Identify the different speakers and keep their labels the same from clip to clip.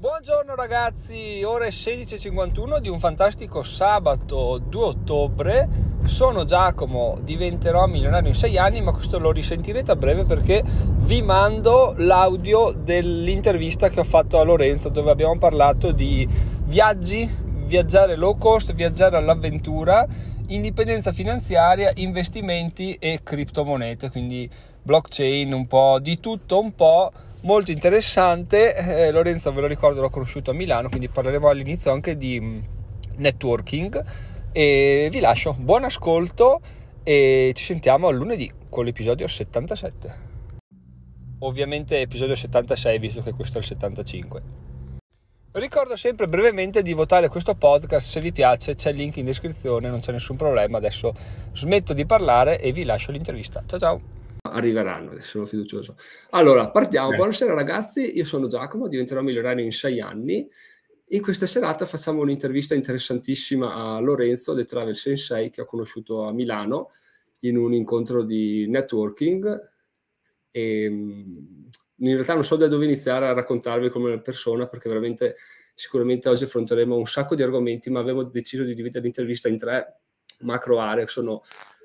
Speaker 1: Buongiorno ragazzi, ore 16:51 di un fantastico sabato 2 ottobre. Sono Giacomo, diventerò milionario in 6 anni, ma questo lo risentirete a breve perché vi mando l'audio dell'intervista che ho fatto a Lorenzo, dove abbiamo parlato di viaggi, viaggiare low cost, viaggiare all'avventura, indipendenza finanziaria, investimenti e criptomonete, quindi blockchain, un po' di tutto, un po' molto interessante. Lorenzo, ve lo ricordo, l'ho conosciuto a Milano, quindi parleremo all'inizio anche di networking e vi lascio buon ascolto e ci sentiamo lunedì con l'episodio 77, ovviamente episodio 76 visto che questo è il 75. Ricordo sempre brevemente di votare questo podcast se vi piace, c'è il link in descrizione, non c'è nessun problema. Adesso smetto di parlare e vi lascio l'intervista. Ciao ciao. Arriveranno, adesso sono fiducioso. Allora, partiamo. Buonasera ragazzi, io sono Giacomo, diventerò milionario in 6 anni. In questa serata facciamo un'intervista interessantissima a Lorenzo, The Travel Sensei, che ho conosciuto a Milano in un incontro di networking. E in realtà non so da dove iniziare a raccontarvi come persona, perché veramente sicuramente oggi affronteremo un sacco di argomenti, ma avevo deciso di dividere l'intervista in 3 macro aree, che sono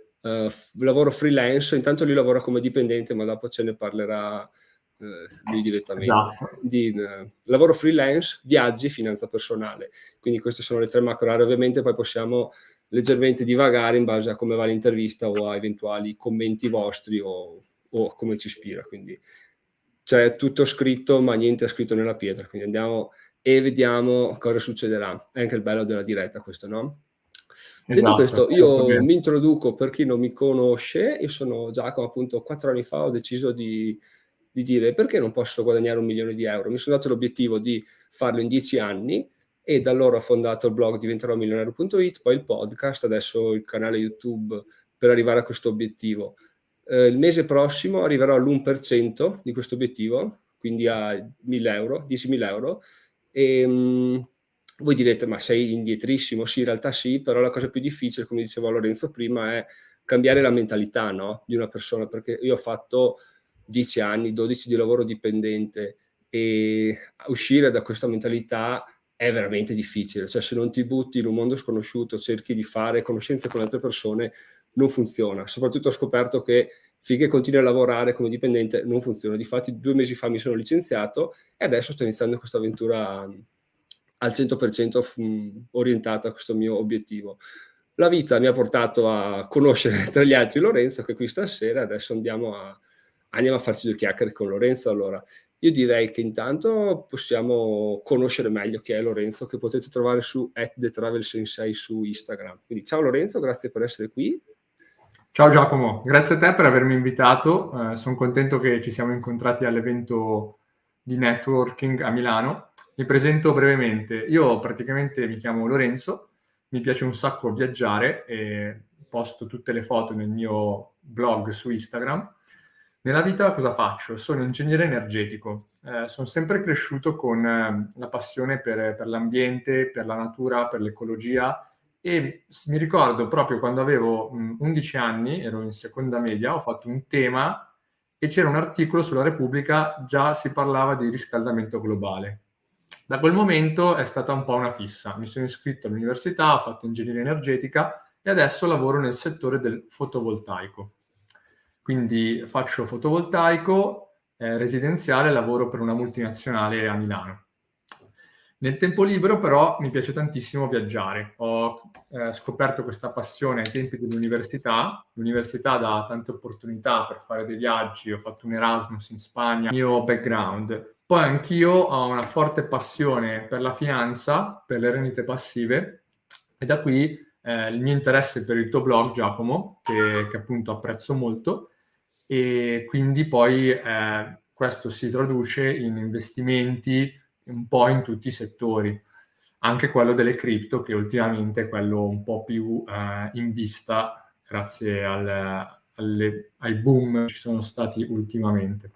Speaker 1: lavoro freelance, intanto lui lavora come dipendente, ma dopo ce ne parlerà lui direttamente. Esatto. Lavoro freelance, viaggi, finanza personale. Quindi queste sono le 3 macro aree. Ovviamente poi possiamo leggermente divagare in base a come va l'intervista o a eventuali commenti vostri o come ci ispira. Quindi c'è tutto scritto, ma niente è scritto nella pietra. Quindi andiamo e vediamo cosa succederà. È anche il bello della diretta questo, no? Detto questo, io mi introduco per chi non mi conosce. Io sono Giacomo, appunto 4 anni fa ho deciso di dire perché non posso guadagnare 1 milione di euro. Mi sono dato l'obiettivo di farlo in 10 anni e da allora ho fondato il blog diventeromilionario.it, poi il podcast, adesso il canale YouTube per arrivare a questo obiettivo. Il mese prossimo arriverò all'1% di questo obiettivo, quindi a 1.000 euro, 10.000 euro. E voi direte, ma sei indietrissimo? Sì, in realtà sì, però la cosa più difficile, come diceva Lorenzo prima, è cambiare la mentalità, no? Di una persona, perché io ho fatto 10 anni, 12 di lavoro dipendente e uscire da questa mentalità è veramente difficile. Cioè, se non ti butti in un mondo sconosciuto, cerchi di fare conoscenze con altre persone, non funziona. Soprattutto ho scoperto che finché continui a lavorare come dipendente non funziona. Difatti 2 mesi fa mi sono licenziato e adesso sto iniziando questa avventura al 100% orientata a questo mio obiettivo. La vita mi ha portato a conoscere tra gli altri Lorenzo, che è qui stasera. Adesso andiamo a farci 2 chiacchiere con Lorenzo. Allora, io direi che intanto possiamo conoscere meglio chi è Lorenzo, che potete trovare su @thetravelsensei su Instagram. Quindi ciao Lorenzo, grazie per essere qui.
Speaker 2: Ciao Giacomo, grazie a te per avermi invitato. Sono contento che ci siamo incontrati all'evento di networking a Milano. Mi presento brevemente. Io praticamente mi chiamo Lorenzo, mi piace un sacco viaggiare e posto tutte le foto nel mio blog su Instagram. Nella vita cosa faccio? Sono ingegnere energetico. Sono sempre cresciuto con la passione per l'ambiente, per la natura, per l'ecologia. E mi ricordo proprio quando avevo 11 anni, ero in seconda media, ho fatto un tema e c'era un articolo sulla Repubblica, già si parlava di riscaldamento globale. Da quel momento è stata un po' una fissa. Mi sono iscritto all'università, ho fatto ingegneria energetica e adesso lavoro nel settore del fotovoltaico. Quindi faccio fotovoltaico residenziale, lavoro per una multinazionale a Milano. Nel tempo libero però mi piace tantissimo viaggiare. Ho scoperto questa passione ai tempi dell'università. L'università dà tante opportunità per fare dei viaggi. Ho fatto un Erasmus in Spagna, il mio background. Poi anch'io ho una forte passione per la finanza, per le rendite passive e da qui il mio interesse per il tuo blog, Giacomo, che appunto apprezzo molto. E quindi poi questo si traduce in investimenti un po' in tutti i settori, anche quello delle cripto, che ultimamente è quello un po' più in vista grazie ai boom che ci sono stati ultimamente.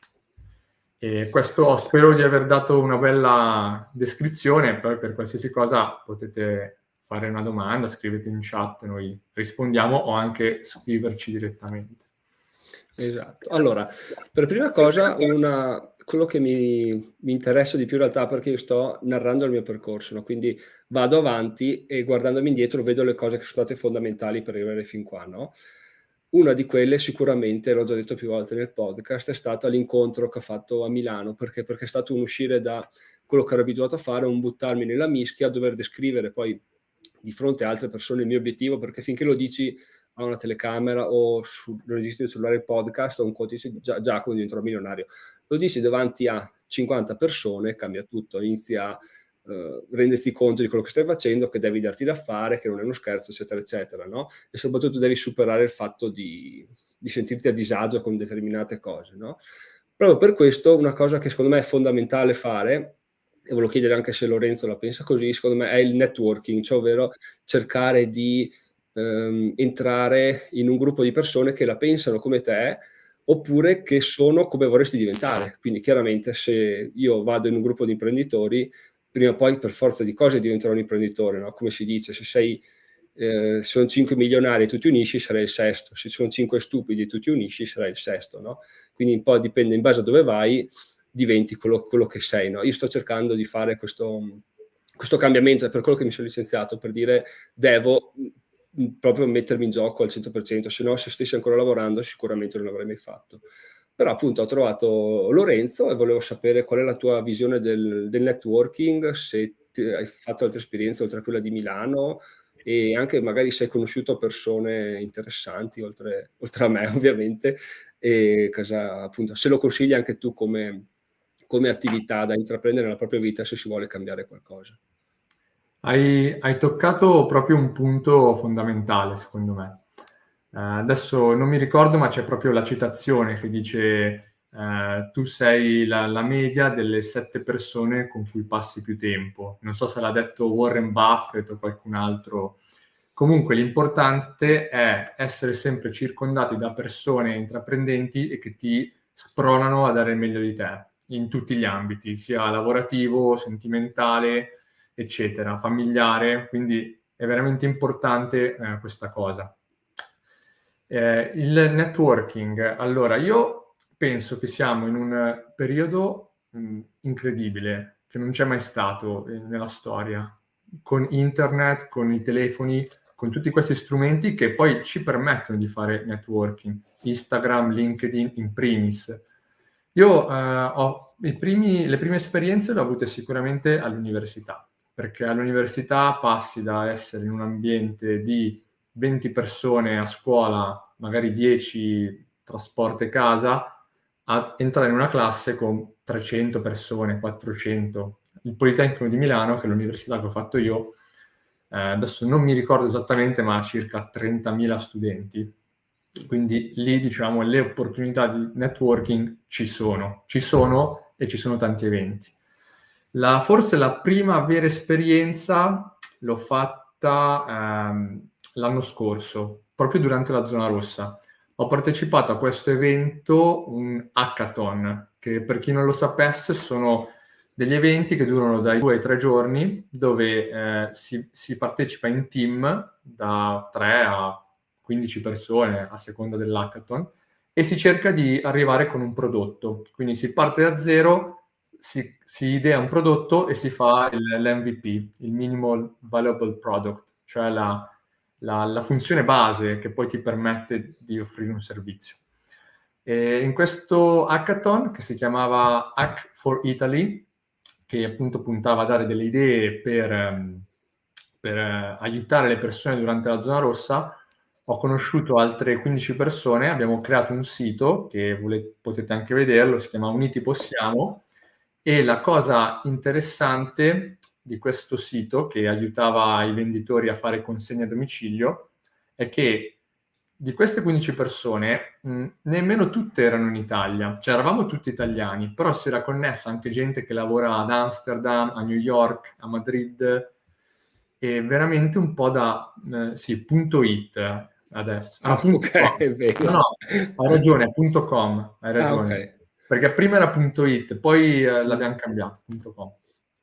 Speaker 2: E questo spero di aver dato una bella descrizione. Poi per qualsiasi cosa potete fare una domanda, scrivete in chat, noi rispondiamo, o anche scriverci direttamente.
Speaker 1: Esatto. Allora, per prima cosa,
Speaker 3: quello che mi interessa di più in realtà, perché io sto narrando il mio percorso, no? Quindi vado avanti e guardandomi indietro vedo le cose che sono state fondamentali per arrivare fin qua, no? Una di quelle sicuramente, l'ho già detto più volte nel podcast, è stata l'incontro che ho fatto a Milano, perché è stato un uscire da quello che ero abituato a fare, un buttarmi nella mischia, a dover descrivere poi di fronte a altre persone il mio obiettivo, perché finché lo dici a una telecamera o lo registri sul cellulare il podcast o un conto, dici Giacomo diventerò milionario. Lo dici davanti a 50 persone, cambia tutto, inizi a renderti conto di quello che stai facendo, che devi darti da fare, che non è uno scherzo, eccetera, eccetera, no? E soprattutto devi superare il fatto di sentirti a disagio con determinate cose, no? Proprio per questo una cosa che secondo me è fondamentale fare, e volevo chiedere anche se Lorenzo la pensa così, secondo me è il networking, cioè ovvero cercare di entrare in un gruppo di persone che la pensano come te, oppure che sono come vorresti diventare. Quindi chiaramente se io vado in un gruppo di imprenditori, prima o poi per forza di cose diventerò un imprenditore, no? Come si dice, se sono 5 milionari e tu ti unisci, sarai il sesto; se sono 5 stupidi e tu ti unisci, sarai il sesto, no? Quindi un po' dipende, in base a dove vai diventi quello che sei, no? Io sto cercando di fare questo cambiamento, è per quello che mi sono licenziato, per dire devo proprio mettermi in gioco al 100%, se no, se stessi ancora lavorando sicuramente non l'avrei mai fatto. Però appunto ho trovato Lorenzo e volevo sapere qual è la tua visione del networking, se hai fatto altre esperienze oltre a quella di Milano, e anche magari se hai conosciuto persone interessanti oltre a me ovviamente, e cosa, appunto, se lo consigli anche tu come attività da intraprendere nella propria vita se si vuole cambiare qualcosa.
Speaker 2: Hai toccato proprio un punto fondamentale, secondo me. Adesso non mi ricordo, ma c'è proprio la citazione che dice tu sei la media delle 7 persone con cui passi più tempo. Non so se l'ha detto Warren Buffett o qualcun altro. Comunque l'importante è essere sempre circondati da persone intraprendenti e che ti spronano a dare il meglio di te in tutti gli ambiti, sia lavorativo, sentimentale, eccetera, familiare. Quindi è veramente importante questa cosa. Il networking. Allora, io penso che siamo in un periodo incredibile, che non c'è mai stato nella storia, con internet, con i telefoni, con tutti questi strumenti che poi ci permettono di fare networking. Instagram, LinkedIn, in primis. Io ho le prime esperienze le ho avute sicuramente all'università, perché all'università passi da essere in un ambiente di 20 persone a scuola, magari 10 trasporto e casa, a entrare in una classe con 300 persone, 400. Il Politecnico di Milano, che è l'università che ho fatto io, adesso non mi ricordo esattamente, ma ha circa 30.000 studenti. Quindi lì, diciamo, le opportunità di networking ci sono e ci sono tanti eventi. Forse la prima vera esperienza l'ho fatta l'anno scorso, proprio durante la zona rossa. Ho partecipato a questo evento, un hackathon, che per chi non lo sapesse sono degli eventi che durano dai 2 ai 3 giorni, dove si partecipa in team da 3 a 15 persone a seconda dell'hackathon, e si cerca di arrivare con un prodotto. Quindi si parte da zero, si idea un prodotto e si fa l'MVP, il Minimal Valuable Product, cioè la funzione base che poi ti permette di offrire un servizio. E in questo hackathon, che si chiamava Hack for Italy, che appunto puntava a dare delle idee per aiutare le persone durante la zona rossa, ho conosciuto altre 15 persone, abbiamo creato un sito che potete anche vederlo, si chiama Uniti Possiamo, e la cosa interessante di questo sito, che aiutava i venditori a fare consegne a domicilio, è che di queste 15 persone nemmeno tutte erano in Italia, cioè eravamo tutti italiani, però si era connessa anche gente che lavora ad Amsterdam, a New York, a Madrid, e veramente un po' da punto .it adesso.
Speaker 3: Ok,
Speaker 2: no, hai ragione, .com, hai ragione.
Speaker 3: Okay.
Speaker 2: Perché prima era .it, poi l'abbiamo cambiato, .com.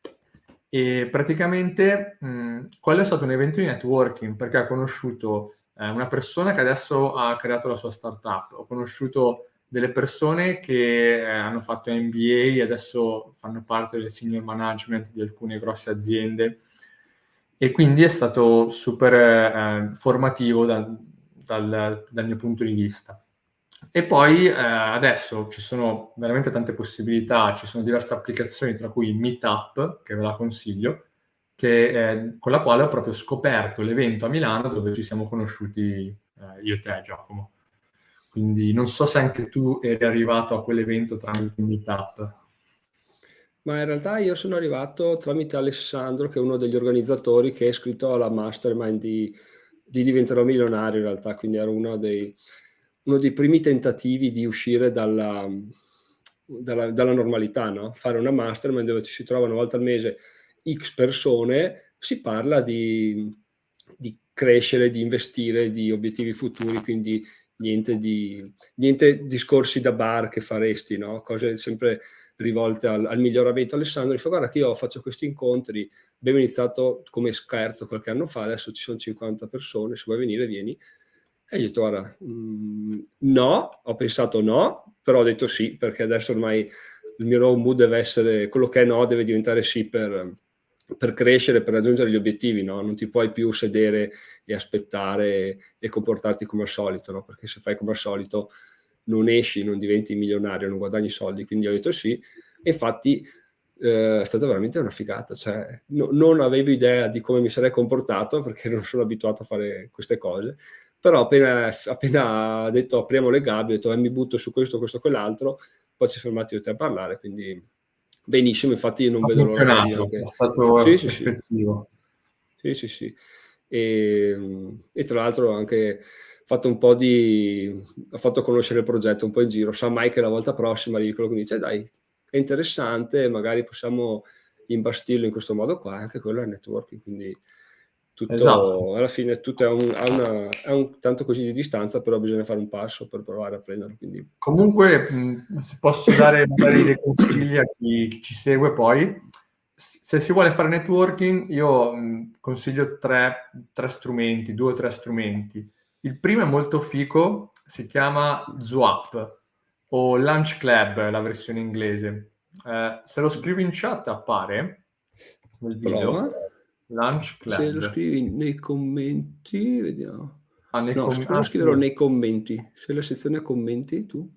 Speaker 2: E praticamente quello è stato un evento di networking, perché ho conosciuto una persona che adesso ha creato la sua startup, ho conosciuto delle persone che hanno fatto MBA e adesso fanno parte del senior management di alcune grosse aziende, e quindi è stato super formativo dal mio punto di vista. E poi adesso ci sono veramente tante possibilità, ci sono diverse applicazioni, tra cui Meetup, che ve la consiglio, con la quale ho proprio scoperto l'evento a Milano dove ci siamo conosciuti io e te, Giacomo. Quindi non so se anche tu eri arrivato a quell'evento tramite Meetup.
Speaker 3: Ma in realtà io sono arrivato tramite Alessandro, che è uno degli organizzatori, che è iscritto alla mastermind di Diventerò Milionario in realtà, quindi era uno dei primi tentativi di uscire dalla normalità, no? Fare una mastermind dove ci si trova una volta al mese X persone, si parla di crescere, di investire, di obiettivi futuri, quindi niente discorsi da bar che faresti, no? Cose sempre rivolte al miglioramento. Alessandro mi fa: guarda che io faccio questi incontri, abbiamo iniziato come scherzo qualche anno fa, adesso ci sono 50 persone, se vuoi venire vieni. E io ho detto: guarda, no, ho pensato no, però ho detto sì, perché adesso ormai il mio nuovo mood deve essere quello che è no, deve diventare sì per crescere, per raggiungere gli obiettivi, no? Non ti puoi più sedere e aspettare e comportarti come al solito, no? Perché se fai come al solito non esci, non diventi milionario, non guadagni soldi. Quindi ho detto sì, e infatti è stata veramente una figata, cioè non avevo idea di come mi sarei comportato perché non sono abituato a fare queste cose, però appena detto apriamo le gabbie, ho detto mi butto su questo, quell'altro, poi ci siamo fermati tutti a parlare, quindi benissimo, infatti io non vedo l'ora di anche...
Speaker 2: È stato effettivo.
Speaker 3: Sì. E tra l'altro anche fatto un po' ha fatto conoscere il progetto un po' in giro, sa mai che la volta prossima gli dico quello che mi dice: dai, è interessante, magari possiamo imbastirlo in questo modo qua, anche quello è networking, quindi tutto, esatto. Alla fine tutto ha un tanto così di distanza, però bisogna fare un passo per provare a prenderlo. Quindi...
Speaker 2: Comunque, se posso dare magari dei consigli a chi ci segue poi, se si vuole fare networking, io consiglio due o tre strumenti. Il primo è molto fico, si chiama Zwap o Lunch Club, la versione inglese. Se lo scrivi in chat appare nel video.
Speaker 3: Prova.
Speaker 2: Lunch Club.
Speaker 3: Se lo scrivi nei commenti, vediamo.
Speaker 2: Lo
Speaker 3: scriverò nei commenti. C'è la sezione commenti, tu?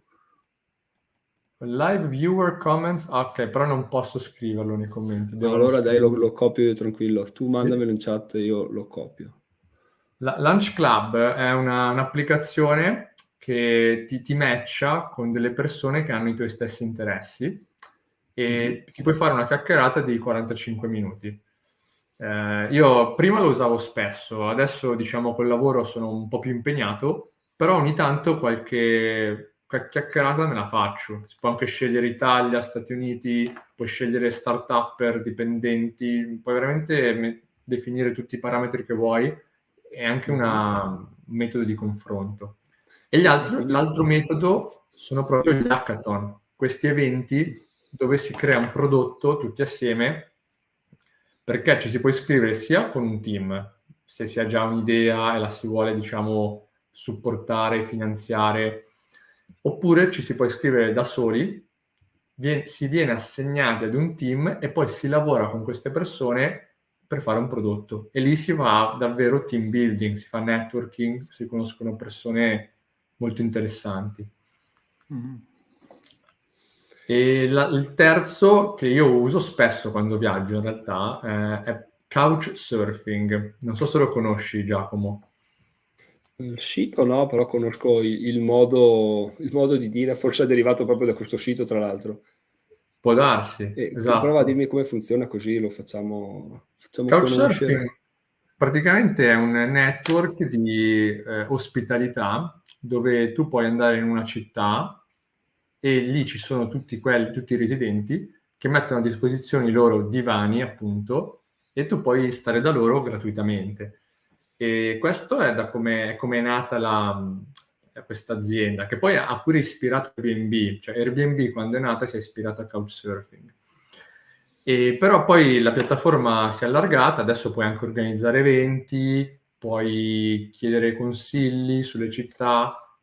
Speaker 2: Live viewer comments, ok, però non posso scriverlo nei commenti.
Speaker 3: Allora dai, lo copio io tranquillo. Tu mandamelo in chat e io lo copio.
Speaker 2: Lunch Club è un'applicazione che ti matcha con delle persone che hanno i tuoi stessi interessi e ti puoi fare una chiacchierata di 45 minuti. Io prima lo usavo spesso, adesso diciamo col lavoro sono un po' più impegnato, però ogni tanto qualche chiacchierata me la faccio. Si può anche scegliere Italia, Stati Uniti, puoi scegliere start-upper, dipendenti, puoi veramente definire tutti i parametri che vuoi. È anche un metodo di confronto. E l'altro metodo sono proprio gli hackathon, questi eventi dove si crea un prodotto tutti assieme, perché ci si può iscrivere sia con un team, se si ha già un'idea e la si vuole, diciamo, supportare, finanziare, oppure ci si può iscrivere da soli, si viene assegnati ad un team e poi si lavora con queste persone per fare un prodotto, e lì si va davvero team building, si fa networking, si conoscono persone molto interessanti. E il terzo, che io uso spesso quando viaggio in realtà, è Couchsurfing. Non so se lo conosci, Giacomo.
Speaker 3: Sì o no, però conosco il modo di dire, forse è derivato proprio da questo sito, tra
Speaker 2: Può darsi, esatto.
Speaker 3: Prova a dirmi come funziona, così lo facciamo conoscere.
Speaker 2: Praticamente è un network di ospitalità dove tu puoi andare in una città e lì ci sono tutti i residenti che mettono a disposizione i loro divani, appunto, e tu puoi stare da loro gratuitamente. E questo è come è nata questa azienda, che poi ha pure ispirato Airbnb, cioè Airbnb quando è nata si è ispirata a Couchsurfing. Però poi la piattaforma si è allargata, adesso puoi anche organizzare eventi, puoi chiedere consigli sulle città,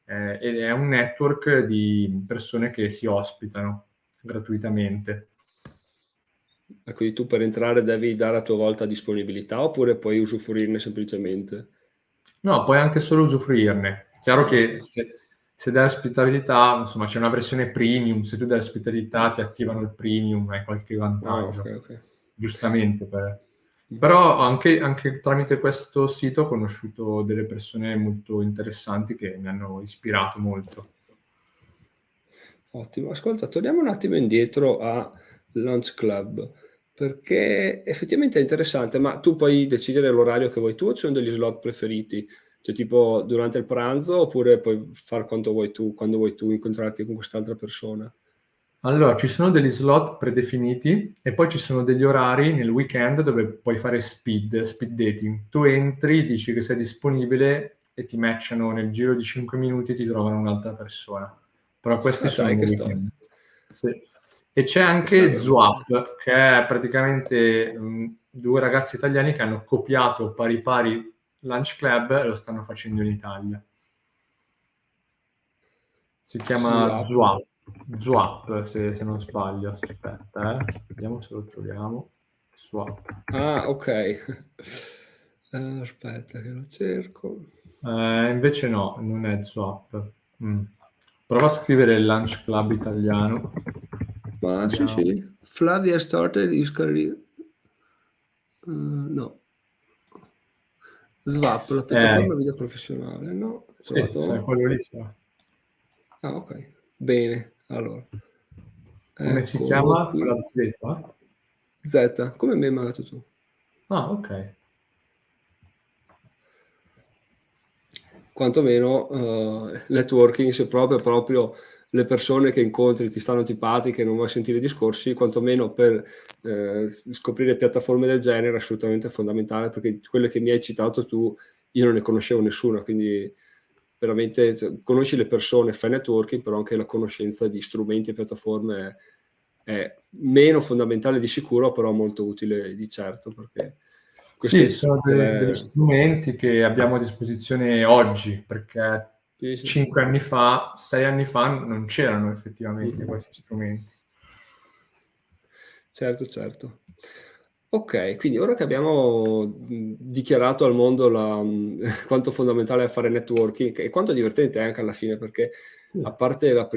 Speaker 2: ed è un network di persone che si ospitano gratuitamente.
Speaker 3: E quindi tu per entrare devi dare a tua volta disponibilità oppure puoi usufruirne semplicemente?
Speaker 2: No, puoi anche solo usufruirne. Chiaro che
Speaker 3: Ok.
Speaker 2: se dai ospitalità, insomma, c'è una versione premium, se tu dai ospitalità ti attivano il premium, hai qualche
Speaker 3: Ah, ok,
Speaker 2: vantaggio,
Speaker 3: ok.
Speaker 2: giustamente. Però anche tramite questo sito ho conosciuto delle persone molto interessanti che mi hanno ispirato molto.
Speaker 3: Ottimo. Ascolta, torniamo un attimo indietro a Launch Club, perché effettivamente è interessante, ma tu puoi decidere l'orario che vuoi tu o ci sono degli slot preferiti? Cioè tipo durante il pranzo oppure puoi fare quanto vuoi tu, quando vuoi tu incontrarti con quest'altra persona?
Speaker 2: Allora, ci sono degli slot predefiniti e poi ci sono degli orari nel weekend dove puoi fare speed dating. Tu entri, dici che sei disponibile e ti matchano nel giro di 5 minuti, ti trovano un'altra persona. Però questi
Speaker 3: Ah
Speaker 2: sono
Speaker 3: dai,
Speaker 2: nel
Speaker 3: che storia.
Speaker 2: weekend. Sì. E c'è
Speaker 3: Questa è
Speaker 2: anche
Speaker 3: veramente bella.
Speaker 2: Zwap, che è praticamente due ragazzi italiani che hanno copiato pari pari Lunch Club e lo stanno facendo in Italia. Si chiama
Speaker 3: Swap.
Speaker 2: Zwap, se non sbaglio. Aspetta, vediamo se lo troviamo. Swap.
Speaker 3: Ah, ok. Aspetta che lo cerco.
Speaker 2: Invece no, non è Zwap. Prova a scrivere il Lunch Club italiano.
Speaker 3: Ma sì,
Speaker 2: Vediamo.
Speaker 3: sì. Flavia started his career. No. Swap, la piattaforma video professionale, no? Ho
Speaker 2: Sì, sai,
Speaker 3: trovato?
Speaker 2: quello lì. C'è.
Speaker 3: Ah, ok. Bene, allora.
Speaker 2: Come si
Speaker 3: Eccolo
Speaker 2: chiama? Con
Speaker 3: qui.
Speaker 2: la Z?
Speaker 3: Z, come mi hai mandato tu?
Speaker 2: Ah, ok.
Speaker 3: Quantomeno networking, se proprio le persone che incontri ti stanno antipatiche e non vuoi sentire discorsi, quantomeno per scoprire piattaforme del genere è assolutamente fondamentale, perché quelle che mi hai citato tu, io non ne conoscevo nessuna, quindi veramente conosci le persone, fai networking, però anche la conoscenza di strumenti e piattaforme è meno fondamentale di sicuro, però molto utile di certo, perché
Speaker 2: Sì,
Speaker 3: queste
Speaker 2: sono degli
Speaker 3: tre...
Speaker 2: strumenti che abbiamo a disposizione oggi, perché
Speaker 3: Sì, sì.
Speaker 2: 5 anni fa, 6 anni fa non c'erano effettivamente questi strumenti.
Speaker 3: Certo, certo. Ok, quindi ora che abbiamo dichiarato al mondo quanto fondamentale è fare networking e quanto divertente è anche alla fine, perché
Speaker 2: Sì,
Speaker 3: a parte il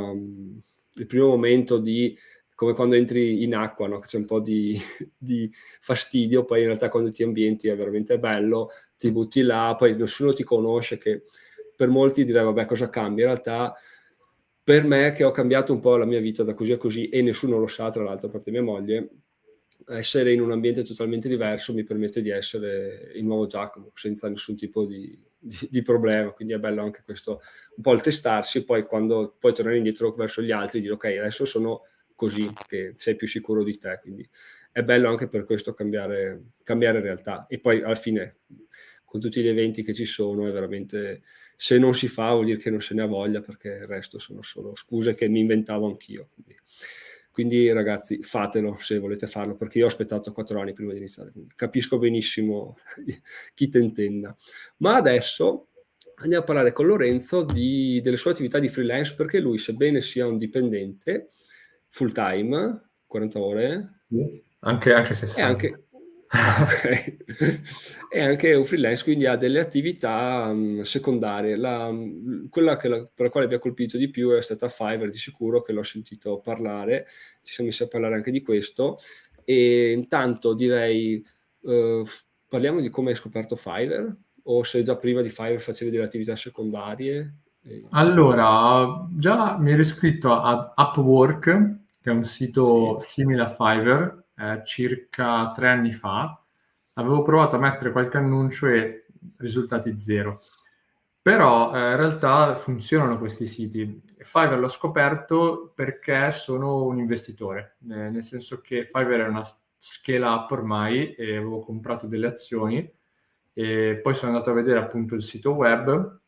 Speaker 3: primo momento di come quando entri in acqua, no? Che c'è un po' di fastidio, poi in realtà quando ti ambienti è veramente bello, ti butti là, poi nessuno ti conosce, che per molti direi vabbè cosa cambia, in realtà per me che ho cambiato un po' la mia vita da così a così e nessuno lo sa tra l'altro a parte mia moglie, essere in un ambiente totalmente diverso mi permette di essere il nuovo Giacomo senza nessun tipo di problema, quindi è bello anche questo un po' il testarsi e poi quando puoi tornare indietro verso gli altri e dire ok adesso sono così, che sei più sicuro di te, quindi è bello anche per questo cambiare realtà e poi alla fine con tutti gli eventi che ci sono è veramente, se non si fa vuol dire che non se ne ha voglia, perché il resto sono solo scuse che mi inventavo anch'io. Quindi ragazzi fatelo se volete farlo, perché io ho aspettato 4 anni prima di iniziare, quindi capisco benissimo chi te intenda. Ma adesso andiamo a parlare con Lorenzo delle sue attività di freelance, perché lui, sebbene sia un dipendente full time, 40 ore,
Speaker 2: sì. Anche
Speaker 3: è
Speaker 2: 60.
Speaker 3: anche, okay. È anche un freelance, quindi ha delle attività secondarie. Quella per la quale mi ha colpito di più è stata Fiverr, di sicuro, che l'ho sentito parlare, ci siamo messi a parlare anche di questo. E intanto direi, parliamo di come hai scoperto Fiverr, o se già prima di Fiverr facevi delle attività secondarie.
Speaker 2: Allora, già mi ero iscritto ad Upwork, che è un sito
Speaker 3: Sì.
Speaker 2: simile a Fiverr, circa 3 anni fa. Avevo provato a mettere qualche annuncio e risultati zero. Però in realtà funzionano questi siti. Fiverr l'ho scoperto perché sono un investitore, nel senso che Fiverr è una scale up ormai e avevo comprato delle azioni e poi sono andato a vedere appunto il sito web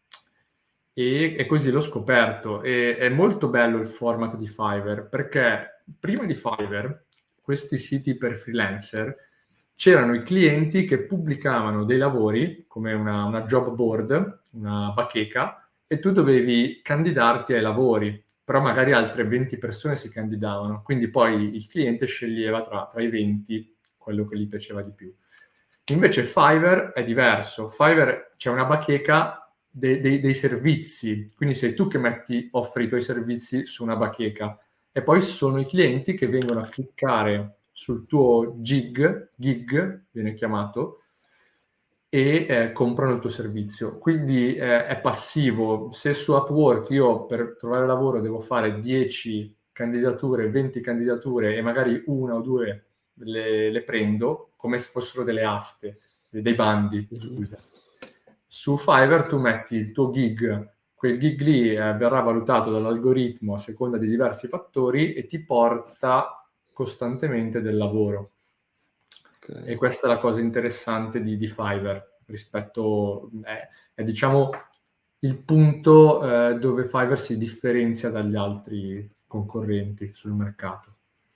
Speaker 2: e così l'ho scoperto. E è molto bello il format di Fiverr perché prima di Fiverr, questi siti per freelancer, c'erano i clienti che pubblicavano dei lavori come una job board, una bacheca, e tu dovevi candidarti ai lavori, però magari altre 20 persone si candidavano, quindi poi il cliente sceglieva tra i 20 quello che gli piaceva di più. Invece Fiverr è diverso. Fiverr c'è una bacheca dei servizi, quindi sei tu che offri i tuoi servizi su una bacheca e poi sono i clienti che vengono a cliccare sul tuo gig viene chiamato, e comprano il tuo servizio. Quindi è passivo. Se su Upwork io per trovare lavoro devo fare 10 candidature, 20 candidature e magari una o due le prendo come se fossero delle aste, dei bandi, scusa. Su Fiverr tu metti il tuo gig, quel gig lì verrà valutato dall'algoritmo a seconda di diversi fattori e ti porta costantemente del lavoro. Okay. E questa è la cosa interessante di Fiverr rispetto, è diciamo il punto dove Fiverr si differenzia dagli altri concorrenti sul mercato.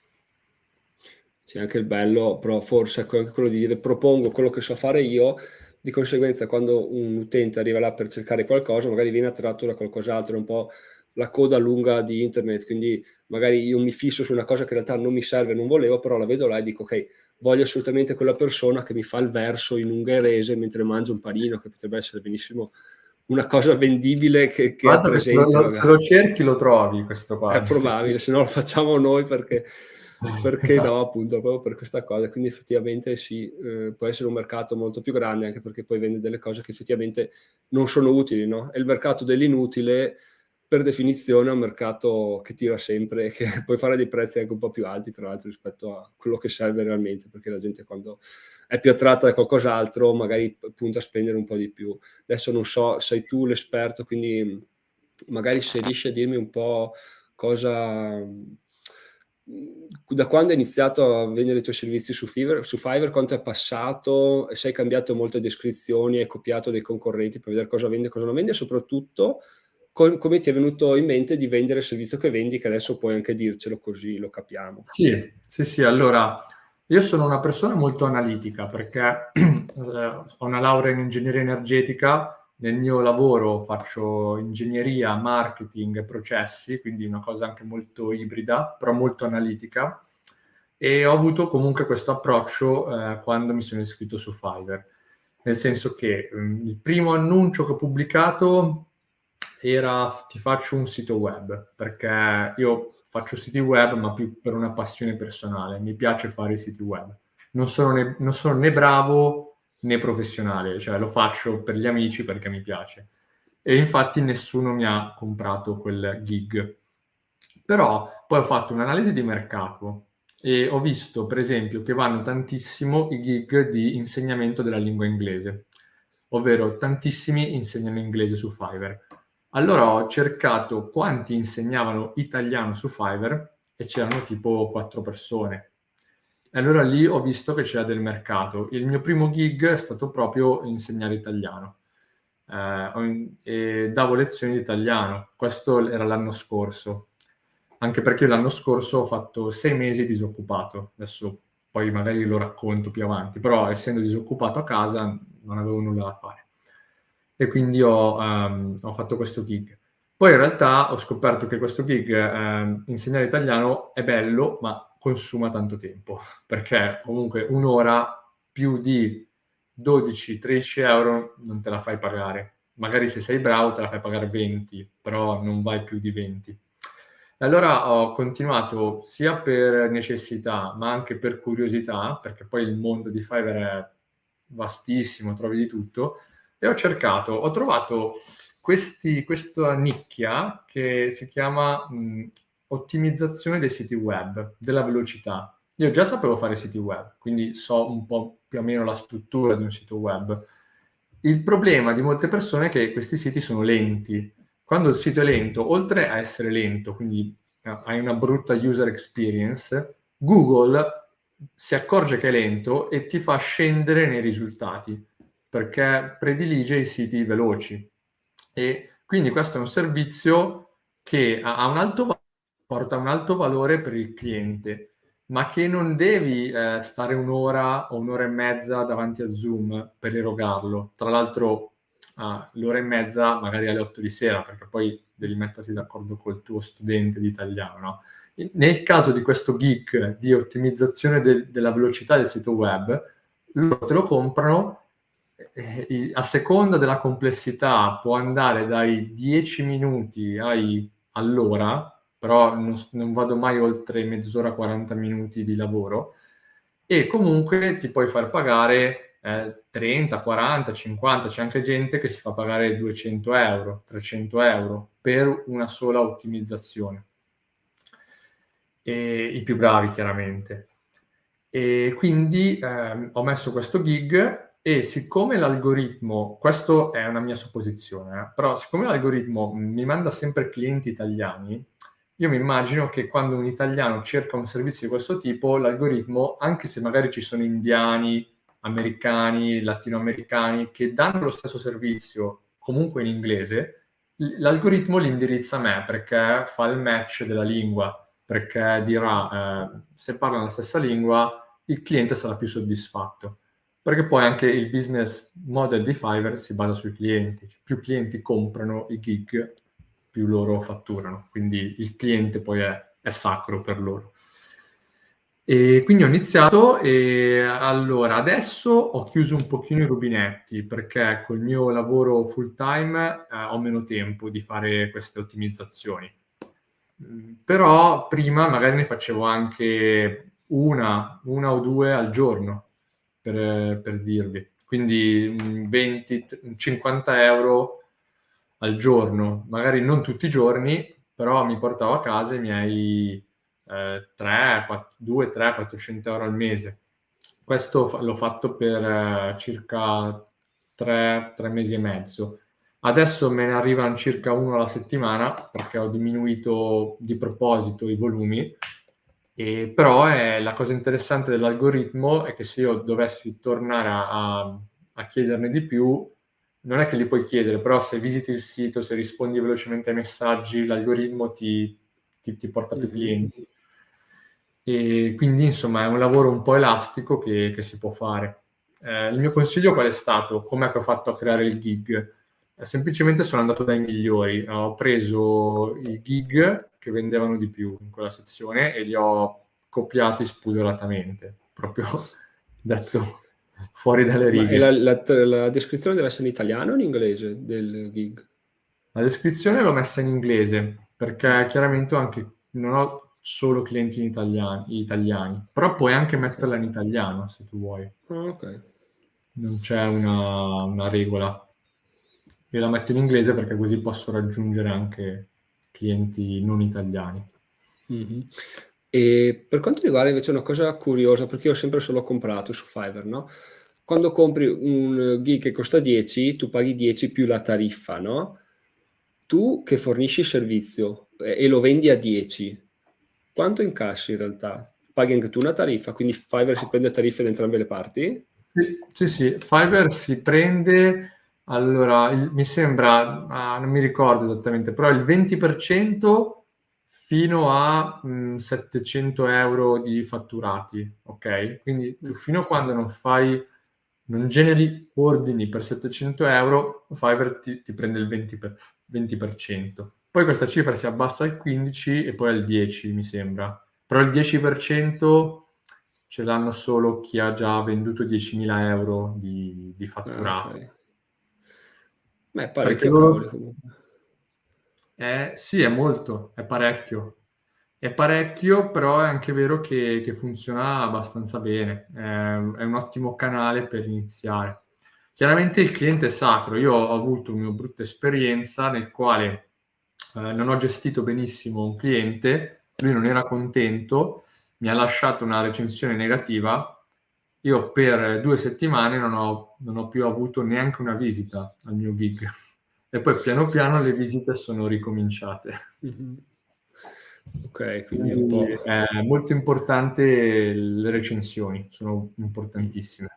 Speaker 3: Sì, anche il bello, però forse è anche quello di dire propongo quello che so fare io, di conseguenza quando un utente arriva là per cercare qualcosa magari viene attratto da qualcos'altro, è un po' la coda lunga di internet, quindi magari io mi fisso su una cosa che in realtà non mi serve, non volevo, però la vedo là e dico ok, voglio assolutamente quella persona che mi fa il verso in ungherese mentre mangia un panino, che potrebbe essere benissimo una cosa vendibile che ha presente.
Speaker 2: Se lo cerchi lo trovi questo qua.
Speaker 3: È probabile, se no lo facciamo noi perché esatto. No, appunto, proprio per questa cosa. Quindi effettivamente sì, può essere un mercato molto più grande, anche perché poi vende delle cose che effettivamente non sono utili, no? E il mercato dell'inutile, per definizione, è un mercato che tira sempre e che puoi fare dei prezzi anche un po' più alti, tra l'altro, rispetto a quello che serve realmente, perché la gente quando è più attratta da qualcos'altro magari punta a spendere un po' di più. Adesso non so, sei tu l'esperto, quindi magari se riesci a dirmi un po' da quando hai iniziato a vendere i tuoi servizi su Fiverr, quanto è passato, se hai cambiato molte descrizioni, hai copiato dei concorrenti per vedere cosa vende e cosa non vende, e soprattutto come ti è venuto in mente di vendere il servizio che vendi, che adesso puoi anche dircelo così lo capiamo.
Speaker 2: Sì, allora io sono una persona molto analitica perché ho una laurea in ingegneria energetica. Nel mio lavoro faccio ingegneria, marketing e processi, quindi una cosa anche molto ibrida, però molto analitica. E ho avuto comunque questo approccio quando mi sono iscritto su Fiverr. Nel senso che il primo annuncio che ho pubblicato era ti faccio un sito web, perché io faccio siti web ma più per una passione personale. Mi piace fare i siti web. Non sono né bravo né professionale, cioè lo faccio per gli amici perché mi piace. E infatti nessuno mi ha comprato quel gig. Però poi ho fatto un'analisi di mercato e ho visto, per esempio, che vanno tantissimo i gig di insegnamento della lingua inglese, ovvero tantissimi insegnano inglese su Fiverr. Allora ho cercato quanti insegnavano italiano su Fiverr e c'erano tipo 4 persone. E allora lì ho visto che c'era del mercato. Il mio primo gig è stato proprio insegnare italiano. E davo lezioni di italiano. Questo era l'anno scorso. Anche perché l'anno scorso ho fatto 6 mesi disoccupato. Adesso poi magari lo racconto più avanti. Però essendo disoccupato a casa non avevo nulla da fare. E quindi ho fatto questo gig. Poi in realtà ho scoperto che questo gig, insegnare italiano, è bello, ma consuma tanto tempo, perché comunque un'ora più di 12-13 euro non te la fai pagare. Magari se sei bravo te la fai pagare 20, però non vai più di 20. E allora ho continuato sia per necessità, ma anche per curiosità, perché poi il mondo di Fiverr è vastissimo, trovi di tutto, e ho trovato questa nicchia che si chiama ottimizzazione dei siti web, della velocità. Io già sapevo fare siti web, quindi so un po' più o meno la struttura di un sito web. Il problema di molte persone è che questi siti sono lenti. Quando il sito è lento, oltre a essere lento, quindi hai una brutta user experience, Google si accorge che è lento e ti fa scendere nei risultati, perché predilige i siti veloci. E quindi questo è un servizio che ha porta un alto valore per il cliente, ma che non devi stare un'ora o un'ora e mezza davanti a Zoom per erogarlo. Tra l'altro l'ora e mezza, magari alle 8 di sera, perché poi devi metterti d'accordo col tuo studente di italiano, no? Nel caso di questo gig di ottimizzazione della velocità del sito web, loro te lo comprano, a seconda della complessità può andare dai 10 minuti all'ora, però non vado mai oltre mezz'ora, 40 minuti di lavoro, e comunque ti puoi far pagare 30, 40, 50, c'è anche gente che si fa pagare 200 euro, 300 euro per una sola ottimizzazione. E i più bravi chiaramente. E quindi ho messo questo gig, e siccome l'algoritmo, questo è una mia supposizione, però siccome l'algoritmo mi manda sempre clienti italiani, io mi immagino che quando un italiano cerca un servizio di questo tipo, l'algoritmo, anche se magari ci sono indiani, americani, latinoamericani che danno lo stesso servizio comunque in inglese, l'algoritmo li indirizza a me perché fa il match della lingua, perché dirà se parlano la stessa lingua il cliente sarà più soddisfatto, perché poi anche il business model di Fiverr si basa sui clienti. Più clienti comprano i gig, più loro fatturano, quindi il cliente poi è sacro per loro. E quindi ho iniziato, e allora adesso ho chiuso un pochino i rubinetti perché col mio lavoro full time ho meno tempo di fare queste ottimizzazioni. Però prima magari ne facevo anche una o due al giorno, per dirvi. Quindi 20, 50 euro al giorno, magari non tutti i giorni, però mi portavo a casa i miei 2, 3, 400 euro al mese. Questo l'ho fatto per circa 3 mesi e mezzo. Adesso me ne arrivano circa uno alla settimana perché ho diminuito di proposito i volumi, però la cosa interessante dell'algoritmo è che se io dovessi tornare a chiederne di più, non è che li puoi chiedere, però se visiti il sito, se rispondi velocemente ai messaggi, l'algoritmo ti porta più clienti. E quindi insomma è un lavoro un po' elastico che si può fare. Il mio consiglio qual è stato? Com'è che ho fatto a creare il gig? Semplicemente sono andato dai migliori, ho preso i gig che vendevano di più in quella sezione e li ho copiati spudoratamente, proprio detto fuori dalle righe.
Speaker 3: Ma la descrizione deve essere in italiano o in inglese del gig?
Speaker 2: La descrizione l'ho messa in inglese perché chiaramente anche non ho solo clienti italiani, però puoi anche metterla in italiano se tu vuoi.
Speaker 3: Ok.
Speaker 2: Non c'è una regola. Io la metto in inglese perché così posso raggiungere anche clienti non italiani.
Speaker 3: Mm-hmm. E per quanto riguarda invece una cosa curiosa, perché io ho sempre solo comprato su Fiverr, no? Quando compri un gig che costa 10, tu paghi 10 più la tariffa, no? Tu che fornisci il servizio e lo vendi a 10, quanto incassi in realtà? Paghi anche tu una tariffa, quindi Fiverr si prende tariffe da entrambe le parti?
Speaker 2: Sì, Fiverr si prende, allora, mi sembra, non mi ricordo esattamente, però il 20% fino a 700 euro di fatturati, ok? Quindi tu fino a quando non generi ordini per 700 euro, Fiverr ti prende il 20%. Poi questa cifra si abbassa al 15% e poi al 10%, mi sembra. Però il 10% ce l'hanno solo chi ha già venduto 10.000 euro di fatturato.
Speaker 3: Okay. Beh, parecchio,
Speaker 2: Loro...
Speaker 3: cavoli, comunque.
Speaker 2: Sì, è parecchio. È parecchio, però è anche vero che funziona abbastanza bene. È un ottimo canale per iniziare. Chiaramente il cliente è sacro. Io ho avuto una brutta esperienza nel quale non ho gestito benissimo un cliente, lui non era contento, mi ha lasciato una recensione negativa. Io per 2 settimane non ho più avuto neanche una visita al mio gig. E poi piano piano le visite sono ricominciate.
Speaker 3: Mm-hmm. Ok, quindi è un po'...
Speaker 2: È molto importante, le recensioni sono importantissime.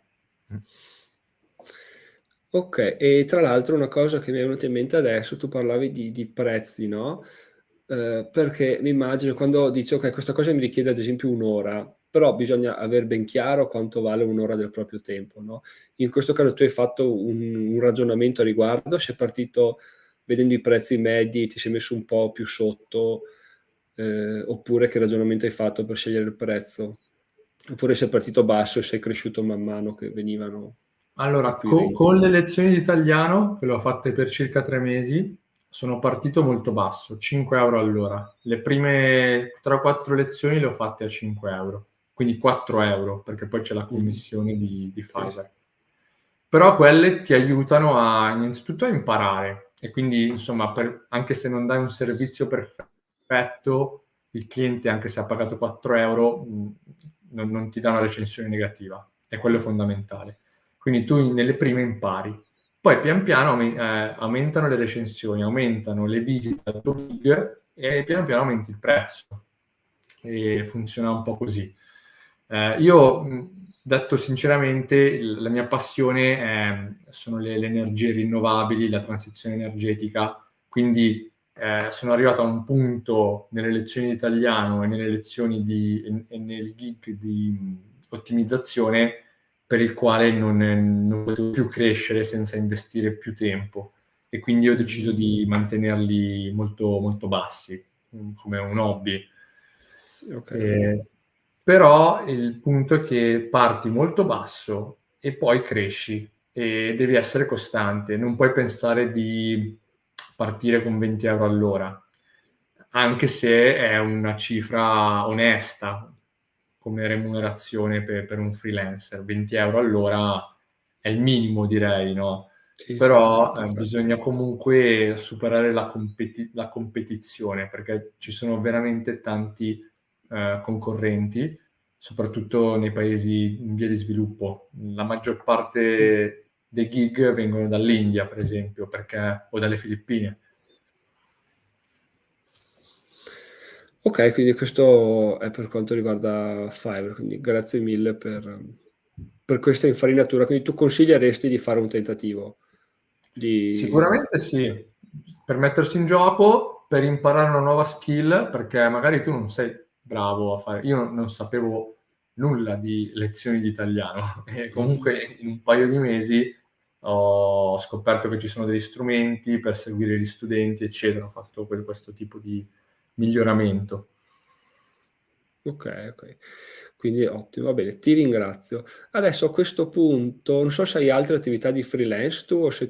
Speaker 3: Ok, e tra l'altro una cosa che mi è venuta in mente adesso, tu parlavi di prezzi, no? Perché mi immagino quando dici, ok, questa cosa mi richiede ad esempio un'ora, però bisogna avere ben chiaro quanto vale un'ora del proprio tempo, no? In questo caso tu hai fatto un ragionamento a riguardo, sei partito vedendo i prezzi medi, ti sei messo un po' più sotto, oppure che ragionamento hai fatto per scegliere il prezzo? Oppure sei partito basso e sei cresciuto man mano che venivano
Speaker 2: Allora,
Speaker 3: acquirenti?
Speaker 2: con le lezioni di italiano, che le ho fatte per circa 3 mesi, sono partito molto basso, 5 euro all'ora. Le prime 3-4 lezioni le ho fatte a 5 euro, quindi 4 euro, perché poi c'è la commissione di Fiverr. Però quelle ti aiutano innanzitutto a imparare, e quindi, insomma, anche se non dai un servizio perfetto, il cliente, anche se ha pagato 4 euro, non ti dà una recensione negativa, e quello è fondamentale. Quindi tu nelle prime impari, poi pian piano aumentano le recensioni, aumentano le visite al tuo gig e piano piano aumenti il prezzo, e funziona un po' così. Io, detto sinceramente, la mia passione sono le energie rinnovabili, la transizione energetica, quindi sono arrivato a un punto nelle lezioni di italiano e nelle lezioni e nel gig di ottimizzazione per il quale non potevo più crescere senza investire più tempo, e quindi ho deciso di mantenerli molto, molto bassi, come un hobby.
Speaker 3: Okay.
Speaker 2: Però il punto è che parti molto basso e poi cresci, e devi essere costante, non puoi pensare di partire con 20 euro all'ora, anche se è una cifra onesta come remunerazione per un freelancer. 20 euro all'ora è il minimo, direi, no?
Speaker 3: Sì,
Speaker 2: Però
Speaker 3: infatti.
Speaker 2: bisogna comunque superare la competizione, perché ci sono veramente tanti concorrenti, soprattutto nei paesi in via di sviluppo. La maggior parte dei gig vengono dall'India, per esempio, o dalle Filippine.
Speaker 3: Ok, quindi questo è per quanto riguarda Fiverr, quindi grazie mille per questa infarinatura. Quindi tu consiglieresti di fare un tentativo?
Speaker 2: Sicuramente sì, per mettersi in gioco, per imparare una nuova skill, perché magari tu non sei bravo a fare. Io non sapevo nulla di lezioni di italiano e comunque in un paio di mesi ho scoperto che ci sono degli strumenti per seguire gli studenti, eccetera. Ho fatto questo tipo di miglioramento.
Speaker 3: Ok, quindi ottimo, va bene, ti ringrazio. Adesso a questo punto, non so se hai altre attività di freelance tu o se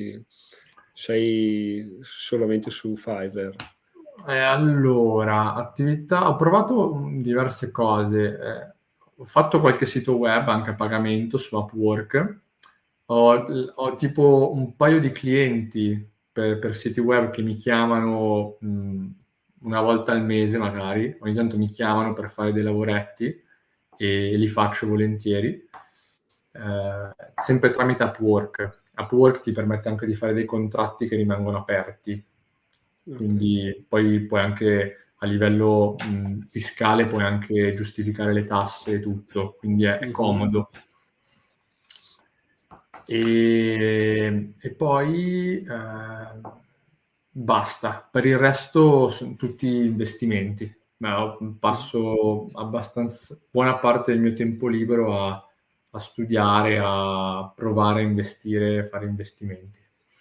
Speaker 3: sei solamente su Fiverr.
Speaker 2: Allora, attività, ho provato diverse cose. Ho fatto qualche sito web anche a pagamento su Upwork. Ho tipo un paio di clienti per siti web che mi chiamano una volta al mese, magari. Ogni tanto mi chiamano per fare dei lavoretti e li faccio volentieri. Sempre tramite Upwork. Upwork ti permette anche di fare dei contratti che rimangono aperti. Quindi poi puoi anche, a livello fiscale, puoi anche giustificare le tasse e tutto, quindi è comodo. E poi basta. Per il resto sono tutti investimenti. Passo abbastanza buona parte del mio tempo libero a studiare, a provare a investire, fare investimenti.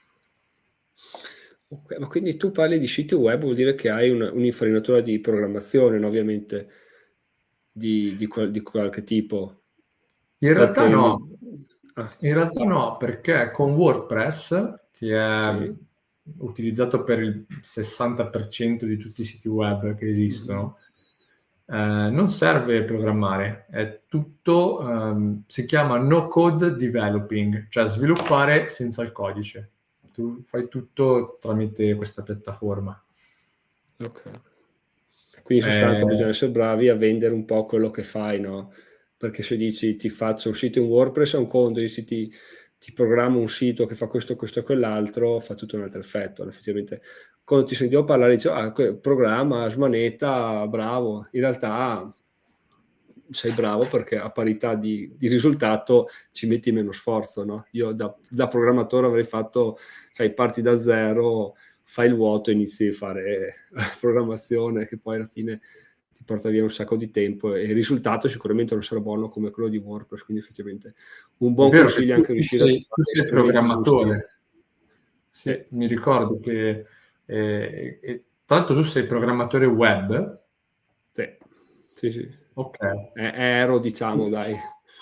Speaker 3: Ok, ma quindi tu parli di siti web, vuol dire che hai un'infarinatura di programmazione, no? Ovviamente, di qualche tipo.
Speaker 2: In realtà
Speaker 3: Perché
Speaker 2: no. In realtà no, perché con WordPress, che è
Speaker 3: sì.
Speaker 2: utilizzato per il 60% di tutti i siti web che esistono, non serve programmare, è tutto, si chiama no code developing, cioè sviluppare senza il codice. Tu fai tutto tramite questa piattaforma.
Speaker 3: Ok. Quindi in sostanza bisogna essere bravi a vendere un po' quello che fai, no? Perché se dici ti faccio un sito in WordPress è un conto, dici ti programmo un sito che fa questo, questo e quell'altro, fa tutto un altro effetto. Effettivamente, quando ti sentivo parlare dicevo, programma, smanetta, bravo. In realtà sei bravo perché a parità di risultato ci metti meno sforzo, no? Io da programmatore avrei fatto, sai, parti da zero, fai il vuoto e inizi a fare programmazione, che poi alla fine ti porta via un sacco di tempo e il risultato sicuramente non sarà buono come quello di WordPress, quindi effettivamente un buon consiglio è anche riuscire a
Speaker 2: tu sei
Speaker 3: strumenti
Speaker 2: programmatore.
Speaker 3: giusti.
Speaker 2: Sì, mi ricordo che tra l'altro tu sei programmatore web.
Speaker 3: Sì.
Speaker 2: Ok.
Speaker 3: Ero, diciamo, dai.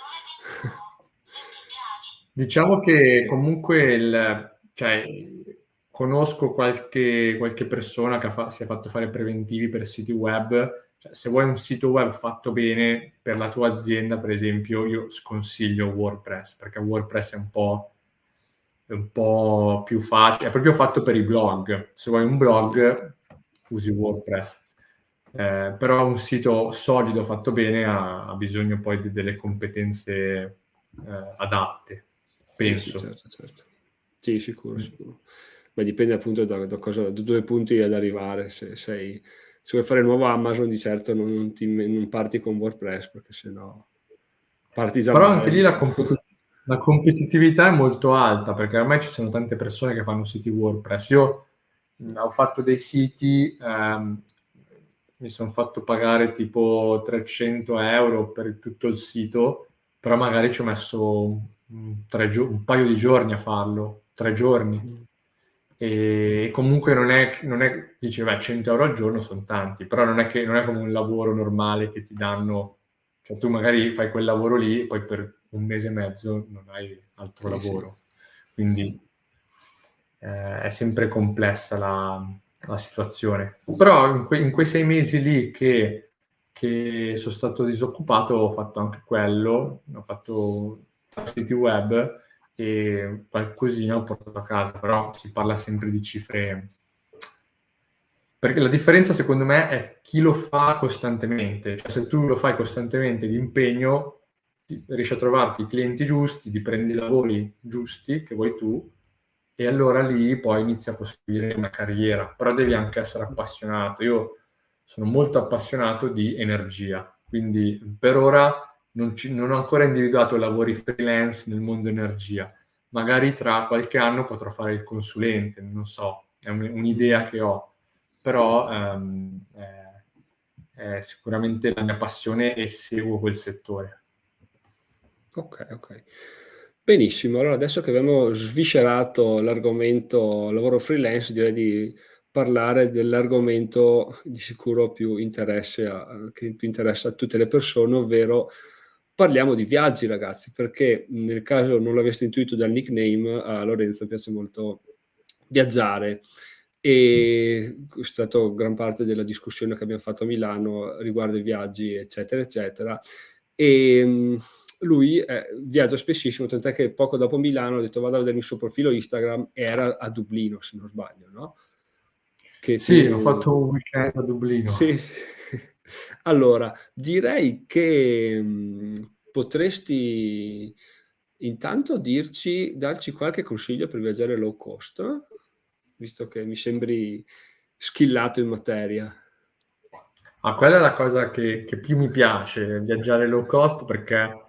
Speaker 2: Diciamo che comunque cioè, conosco qualche persona che si è fatto fare preventivi per siti web. Cioè, se vuoi un sito web fatto bene per la tua azienda, per esempio, io sconsiglio WordPress, perché WordPress è un po' più facile, è proprio fatto per i blog. Se vuoi un blog, usi WordPress. Però un sito solido fatto bene ha bisogno poi delle competenze adatte, penso.
Speaker 3: Sì, certo. Sì, sicuro. Ma dipende appunto da due punti ad arrivare. Se vuoi fare il nuovo Amazon, di certo non parti con WordPress, perché sennò parti già
Speaker 2: Però
Speaker 3: male,
Speaker 2: anche lì
Speaker 3: diciamo.
Speaker 2: la competitività è molto alta, perché ormai ci sono tante persone che fanno siti WordPress. Io ho fatto dei siti, mi sono fatto pagare tipo 300 euro per tutto il sito, però magari ci ho messo un paio di giorni a farlo, 3 giorni. E comunque non è dici, 100 euro al giorno sono tanti, però non è come un lavoro normale che ti danno, cioè tu magari fai quel lavoro lì e poi per un mese e mezzo non hai altro lavoro. Quindi è sempre complessa la situazione. Però in quei 6 mesi lì che sono stato disoccupato ho fatto anche quello, ho fatto siti web e qualcosina ho portato a casa, però si parla sempre di cifre. Perché la differenza secondo me è chi lo fa costantemente, cioè se tu lo fai costantemente di impegno, riesci a trovarti i clienti giusti, ti prendi i lavori giusti che vuoi tu e allora lì poi inizi a costruire una carriera, però devi anche essere appassionato. Io sono molto appassionato di energia, quindi per ora non ho ancora individuato lavori freelance nel mondo energia. Magari tra qualche anno potrò fare il consulente, non so, è un'idea che ho, però è sicuramente la mia passione e seguo quel settore.
Speaker 3: Ok. Benissimo, allora adesso che abbiamo sviscerato l'argomento lavoro freelance, direi di parlare dell'argomento di sicuro che più interessa a tutte le persone, ovvero parliamo di viaggi, ragazzi, perché nel caso non l'aveste intuito dal nickname, a Lorenzo piace molto viaggiare e è stata gran parte della discussione che abbiamo fatto a Milano riguardo i viaggi, eccetera, eccetera. E lui viaggia spessissimo, tant'è che poco dopo Milano ha detto vado a vedere il suo profilo Instagram, e era a Dublino, se non sbaglio, no?
Speaker 2: Ho fatto un weekend a Dublino.
Speaker 3: Sì. Allora, direi che potresti intanto darci qualche consiglio per viaggiare low cost, visto che mi sembri schillato in materia.
Speaker 2: Quella è la cosa che più mi piace, viaggiare low cost, perché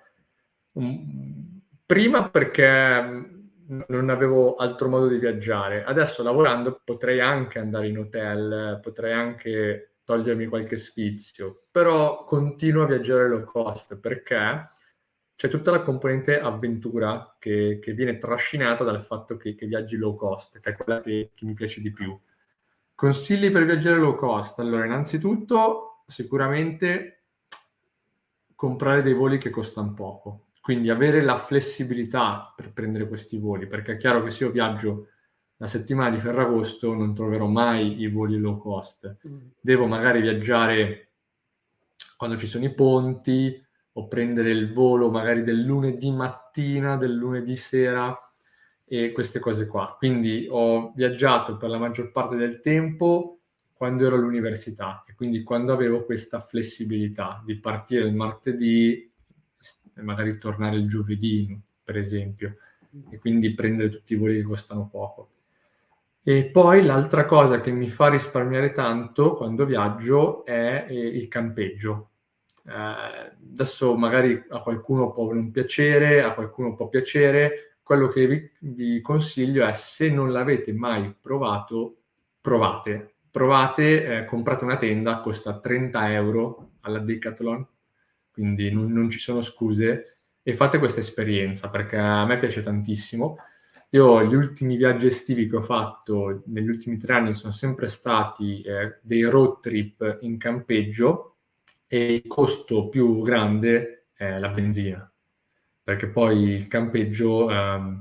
Speaker 2: prima perché non avevo altro modo di viaggiare. Adesso lavorando potrei anche andare in hotel, potrei anche togliermi qualche sfizio, però continuo a viaggiare low cost perché c'è tutta la componente avventura che viene trascinata dal fatto che viaggi low cost, che è quella che mi piace di più. Consigli per viaggiare low cost? Allora, innanzitutto, sicuramente comprare dei voli che costano poco, quindi avere la flessibilità per prendere questi voli, perché è chiaro che se io viaggio la settimana di Ferragosto non troverò mai i voli low cost. Devo magari viaggiare quando ci sono i ponti o prendere il volo magari del lunedì mattina, del lunedì sera e queste cose qua. Quindi ho viaggiato per la maggior parte del tempo quando ero all'università e quindi quando avevo questa flessibilità di partire il martedì e magari tornare il giovedì, per esempio, e quindi prendere tutti i voli che costano poco. E poi l'altra cosa che mi fa risparmiare tanto quando viaggio è il campeggio. Adesso magari a qualcuno può non piacere, a qualcuno può piacere. Quello che vi consiglio è, se non l'avete mai provato, provate. provate, comprate una tenda, costa 30 euro alla Decathlon, quindi non ci sono scuse, e fate questa esperienza perché a me piace tantissimo. Io gli ultimi viaggi estivi che ho fatto negli ultimi 3 anni sono sempre stati dei road trip in campeggio, e il costo più grande è la benzina, perché poi il campeggio,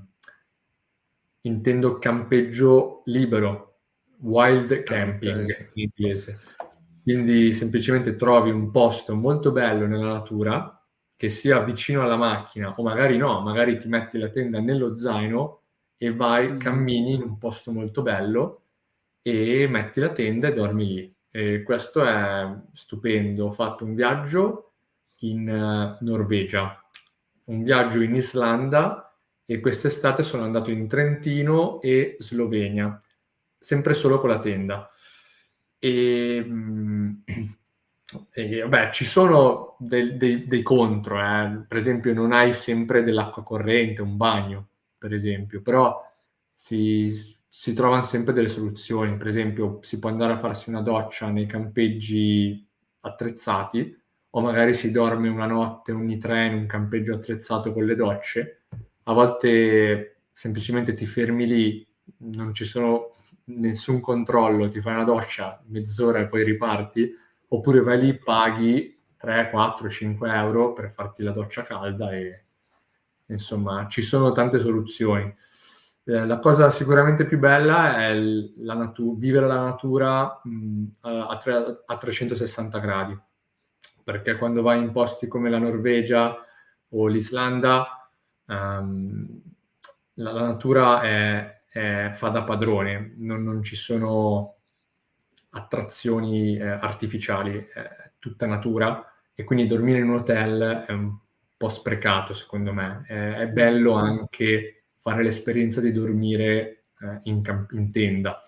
Speaker 2: intendo campeggio libero, wild camping
Speaker 3: Ok.
Speaker 2: in inglese. Quindi semplicemente trovi un posto molto bello nella natura, che sia vicino alla macchina, o magari no, magari ti metti la tenda nello zaino e vai, cammini in un posto molto bello e metti la tenda e dormi lì. E questo è stupendo. Ho fatto un viaggio in Norvegia, un viaggio in Islanda, e quest'estate sono andato in Trentino e Slovenia, sempre solo con la tenda. E, vabbè, ci sono dei contro, per esempio non hai sempre dell'acqua corrente, un bagno, per esempio, però si trovano sempre delle soluzioni. Per esempio si può andare a farsi una doccia nei campeggi attrezzati, o magari si dorme una notte, ogni 3 in un campeggio attrezzato con le docce. A volte semplicemente ti fermi lì, non ci sono nessun controllo, ti fai una doccia, mezz'ora e poi riparti, oppure vai lì, paghi 3, 4, 5 euro per farti la doccia calda, e insomma ci sono tante soluzioni. La cosa sicuramente più bella è vivere la natura a 360 gradi, perché quando vai in posti come la Norvegia o l'Islanda, la natura fa da padrone, non ci sono attrazioni artificiali, è tutta natura, e quindi dormire in un hotel è un po' sprecato, secondo me. È bello anche fare l'esperienza di dormire in tenda.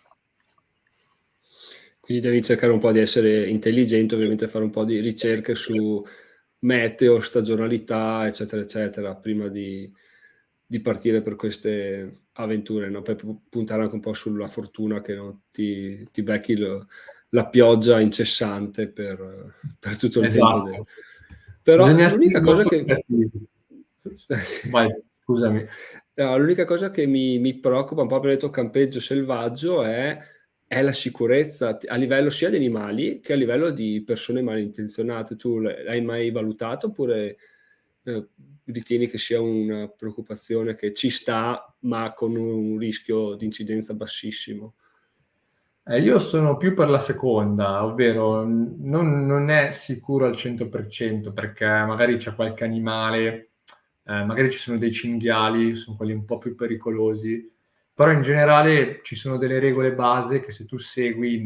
Speaker 3: Quindi devi cercare un po' di essere intelligente, ovviamente fare un po' di ricerche su meteo, stagionalità, eccetera, eccetera, prima di partire per queste avventure, no? Per puntare anche un po' sulla fortuna, che non ti becchi la pioggia incessante per tutto il tempo.
Speaker 2: Esatto.
Speaker 3: Però
Speaker 2: Bisogna essere
Speaker 3: l'unica cosa
Speaker 2: molto
Speaker 3: che...
Speaker 2: creativi. Vai, scusami.
Speaker 3: No, l'unica cosa che mi preoccupa un po' per il tuo campeggio selvaggio è la sicurezza a livello sia di animali che a livello di persone malintenzionate. Tu l'hai mai valutato, oppure ritieni che sia una preoccupazione che ci sta, ma con un rischio di incidenza bassissimo?
Speaker 2: Io sono più per la seconda, ovvero non è sicuro al 100%, perché magari c'è qualche animale, magari ci sono dei cinghiali, sono quelli un po' più pericolosi, però in generale ci sono delle regole base che se tu segui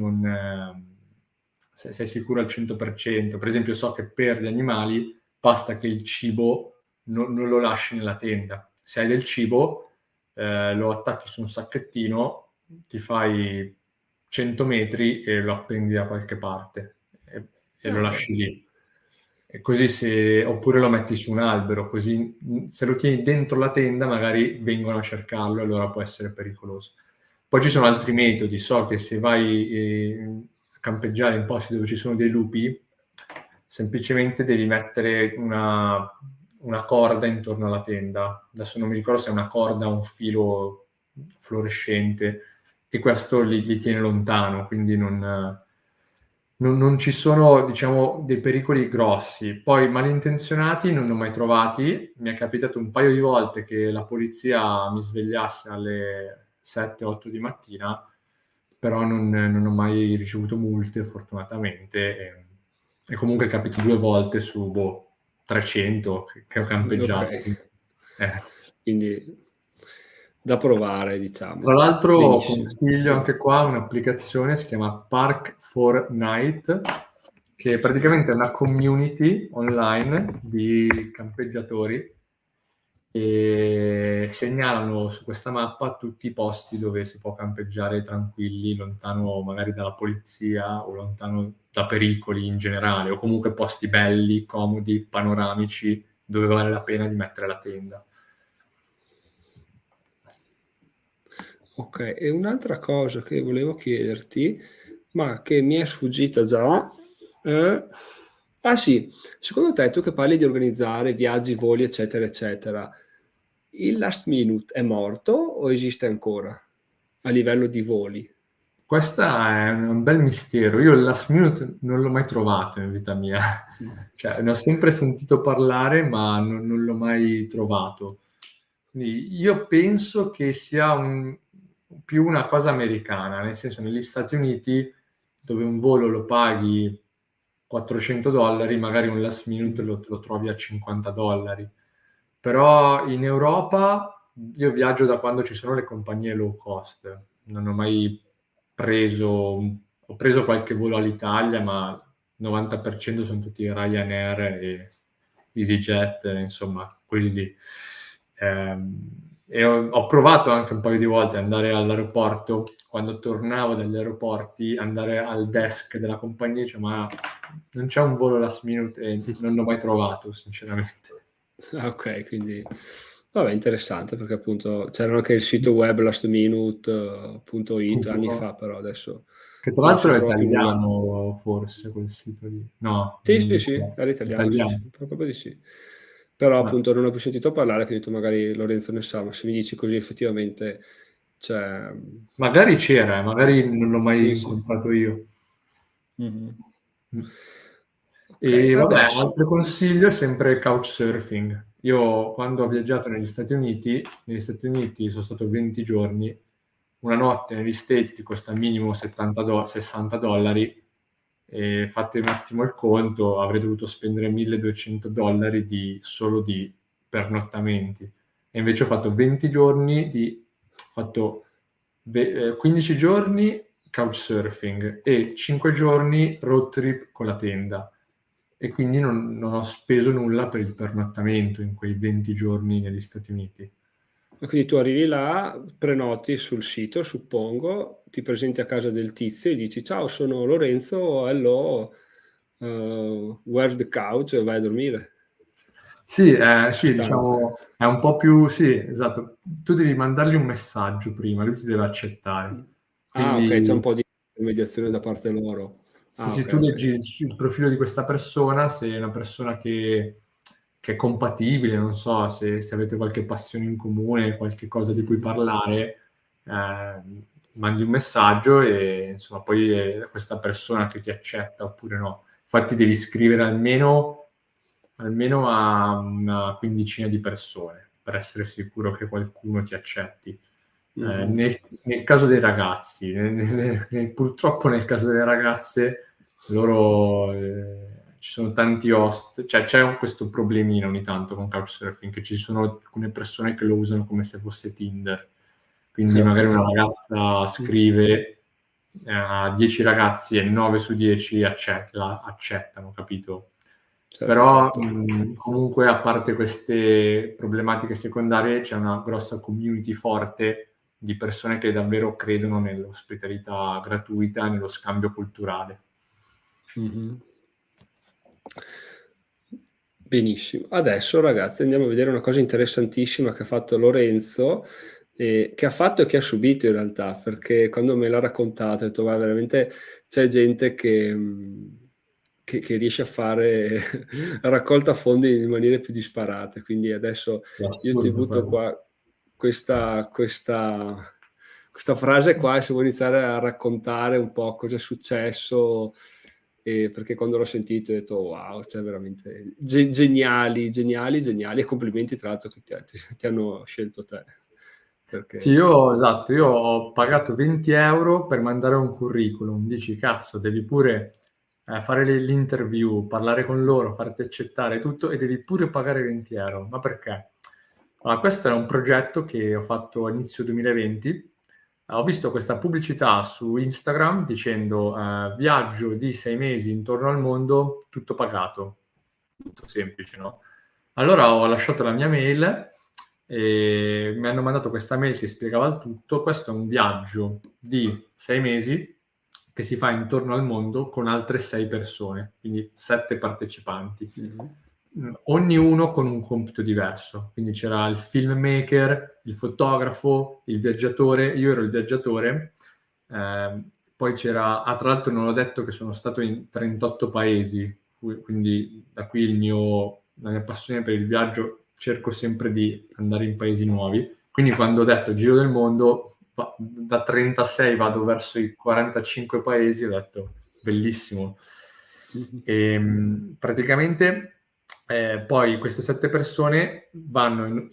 Speaker 2: sei sicuro al 100%. Per esempio so che per gli animali basta che il cibo non lo lasci nella tenda. Se hai del cibo, lo attacchi su un sacchettino, ti fai 100 metri e lo appendi da qualche parte, e lo lasci lì. E così oppure lo metti su un albero, così se lo tieni dentro la tenda magari vengono a cercarlo, e allora può essere pericoloso. Poi ci sono altri metodi. So che se vai a campeggiare in posti dove ci sono dei lupi, semplicemente devi mettere una corda intorno alla tenda. Adesso non mi ricordo se è una corda o un filo fluorescente, e questo li tiene lontano, quindi non ci sono, diciamo, dei pericoli grossi. Poi malintenzionati non ne ho mai trovati. Mi è capitato un paio di volte che la polizia mi svegliasse alle 7-8 di mattina, però non ho mai ricevuto multe, fortunatamente, e comunque è capitato 2 volte su 300 che ho campeggiato.
Speaker 3: Ok. Quindi da provare, diciamo.
Speaker 2: Tra l'altro
Speaker 3: Benissimo.
Speaker 2: consiglio anche qua un'applicazione, si chiama Park4Night, che praticamente è una community online di campeggiatori, e segnalano su questa mappa tutti i posti dove si può campeggiare tranquilli, lontano magari dalla polizia o lontano da pericoli in generale, o comunque posti belli, comodi, panoramici, dove vale la pena di mettere la tenda.
Speaker 3: Ok, e un'altra cosa che volevo chiederti, ma che mi è sfuggita già. Ah sì, secondo te, tu che parli di organizzare viaggi, voli, eccetera, eccetera, il last minute è morto o esiste ancora a livello di voli?
Speaker 2: Questo è un bel mistero. Io il last minute non l'ho mai trovato in vita mia. Cioè, ne ho sempre sentito parlare, ma non l'ho mai trovato. Quindi io penso che sia più una cosa americana, nel senso negli Stati Uniti dove un volo lo paghi $400, magari un last minute lo trovi a $50. Però in Europa io viaggio da quando ci sono le compagnie low cost, non ho mai ho preso qualche volo all'Italia, ma il 90% sono tutti Ryanair e EasyJet, insomma, quelli lì. E ho provato anche un paio di volte ad andare all'aeroporto, quando tornavo dagli aeroporti, andare al desk della compagnia, cioè, ma non c'è un volo last minute e non l'ho mai trovato, sinceramente.
Speaker 3: Ok, quindi vabbè, interessante perché appunto c'era anche il sito web lastminute.it anni fa, però adesso
Speaker 2: che tra
Speaker 3: non si
Speaker 2: l'altro è
Speaker 3: trova più nulla.
Speaker 2: italiano, forse quel sito lì. No,
Speaker 3: Sì, era italiano,
Speaker 2: italiano.
Speaker 3: sì, proprio di sì. Però
Speaker 2: Ah.
Speaker 3: appunto non ho più sentito parlare, quindi ho detto magari Lorenzo ne sa, ma se mi dici così effettivamente, cioè...
Speaker 2: Magari c'era, magari non l'ho mai
Speaker 3: Sì, sì.
Speaker 2: incontrato io.
Speaker 3: Mhm. Ok,
Speaker 2: E vabbè,
Speaker 3: adesso...
Speaker 2: altro consiglio è sempre couchsurfing. Io quando ho viaggiato negli Stati Uniti sono stato 20 giorni, una notte negli States ti costa minimo $60, e fate un attimo il conto, avrei dovuto spendere $1.200 solo di pernottamenti. E invece ho fatto 20 giorni ho fatto 15 giorni couchsurfing e 5 giorni road trip con la tenda. E quindi non ho speso nulla per il pernottamento in quei 20 giorni negli Stati Uniti.
Speaker 3: Quindi tu arrivi là, prenoti sul sito, suppongo, ti presenti a casa del tizio e dici ciao, sono Lorenzo, hello, where's the couch? E vai a dormire.
Speaker 2: Sì,
Speaker 3: In
Speaker 2: sì,
Speaker 3: sostanza.
Speaker 2: diciamo, è un po' più, sì, esatto. Tu devi mandargli un messaggio prima, lui ti deve accettare.
Speaker 3: Ah, ok, c'è un
Speaker 2: Quindi
Speaker 3: po' di intermediazione da parte loro. Ah,
Speaker 2: se
Speaker 3: ok,
Speaker 2: tu leggi
Speaker 3: ok.
Speaker 2: il profilo di questa persona, se è una persona che è compatibile, non so, se avete qualche passione in comune, qualche cosa di cui parlare, mandi un messaggio e insomma poi è questa persona che ti accetta oppure no. Infatti devi scrivere almeno a una quindicina di persone per essere sicuro che qualcuno ti accetti. Nel caso dei ragazzi, purtroppo nel caso delle ragazze, loro ci sono tanti host, cioè c'è questo problemino ogni tanto con Couchsurfing, che ci sono alcune persone che lo usano come se fosse Tinder. Quindi magari una
Speaker 3: Ok.
Speaker 2: ragazza scrive a 10 ragazzi e 9 su 10 accettano, capito?
Speaker 3: Certo,
Speaker 2: Però
Speaker 3: certo.
Speaker 2: comunque, a parte queste problematiche secondarie, c'è una grossa community forte di persone che davvero credono nell'ospitalità gratuita e nello scambio culturale.
Speaker 3: Mhm. Benissimo. Adesso, ragazzi, andiamo a vedere una cosa interessantissima che ha fatto Lorenzo, che ha fatto e che ha subito in realtà, perché quando me l'ha raccontato ho detto, "Guarda, veramente c'è gente che riesce a fare raccolta fondi in maniere più disparate. Quindi adesso
Speaker 2: È
Speaker 3: io ti
Speaker 2: assurdo
Speaker 3: butto
Speaker 2: quello.
Speaker 3: qua questa frase qua, e se vuoi iniziare a raccontare un po' cosa è successo, perché quando l'ho sentito ho detto wow, cioè veramente geniali, e complimenti tra l'altro che ti hanno scelto te.
Speaker 2: Sì,
Speaker 3: Perché...
Speaker 2: esatto, io ho pagato 20 euro per mandare un curriculum. Dici, cazzo, devi pure fare l'interview, parlare con loro, farti accettare tutto e devi pure pagare 20 euro. Ma perché? Allora, questo è un progetto che ho fatto a inizio 2020. Ho visto questa pubblicità su Instagram dicendo viaggio di 6 mesi intorno al mondo, tutto pagato. Tutto semplice, no? Allora ho lasciato la mia mail e mi hanno mandato questa mail che spiegava il tutto. Questo è un viaggio di 6 mesi che si fa intorno al mondo con altre 6 persone, quindi 7 partecipanti. Ognuno con un compito diverso. Quindi c'era il filmmaker, il fotografo, il viaggiatore. Io ero il viaggiatore. poi c'era, tra l'altro non ho detto che sono stato in 38 paesi, quindi da qui la mia passione per il viaggio, cerco sempre di andare in paesi nuovi, quindi quando ho detto giro del mondo, da 36 vado verso i 45 paesi, ho detto bellissimo. E, praticamente poi queste 7 persone vanno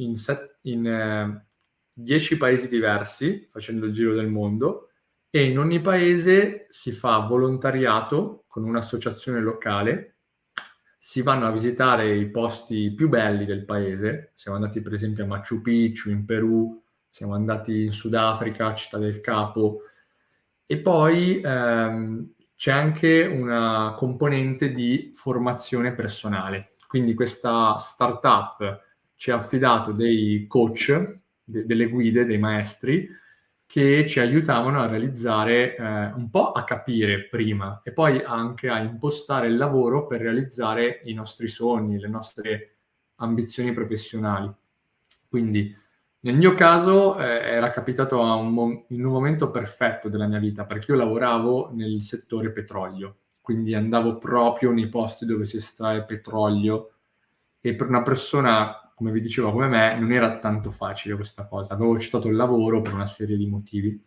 Speaker 2: in 10 paesi diversi facendo il giro del mondo, e in ogni paese si fa volontariato con un'associazione locale, si vanno a visitare i posti più belli del paese. Siamo andati per esempio a Machu Picchu in Perù, siamo andati in Sudafrica, Città del Capo, e poi c'è anche una componente di formazione personale. Quindi questa startup ci ha affidato dei coach, delle guide, dei maestri, che ci aiutavano a realizzare, un po' a capire prima e poi anche a impostare il lavoro per realizzare i nostri sogni, le nostre ambizioni professionali. Quindi nel mio caso era capitato in un momento perfetto della mia vita, perché io lavoravo nel settore petrolio, quindi andavo proprio nei posti dove si estrae petrolio, e per una persona, come vi dicevo, come me, non era tanto facile questa cosa. Avevo accettato il lavoro per una serie di motivi.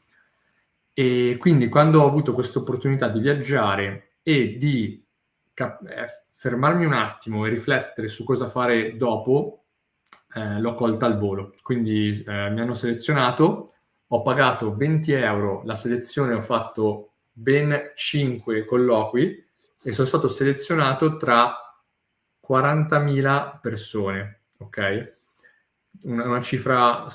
Speaker 2: E quindi quando ho avuto questa opportunità di viaggiare e di fermarmi un attimo e riflettere su cosa fare dopo, l'ho colta al volo. Quindi mi hanno selezionato, ho pagato 20 euro la selezione, ho fatto ben 5 colloqui e sono stato selezionato tra 40.000 persone, ok? Una cifra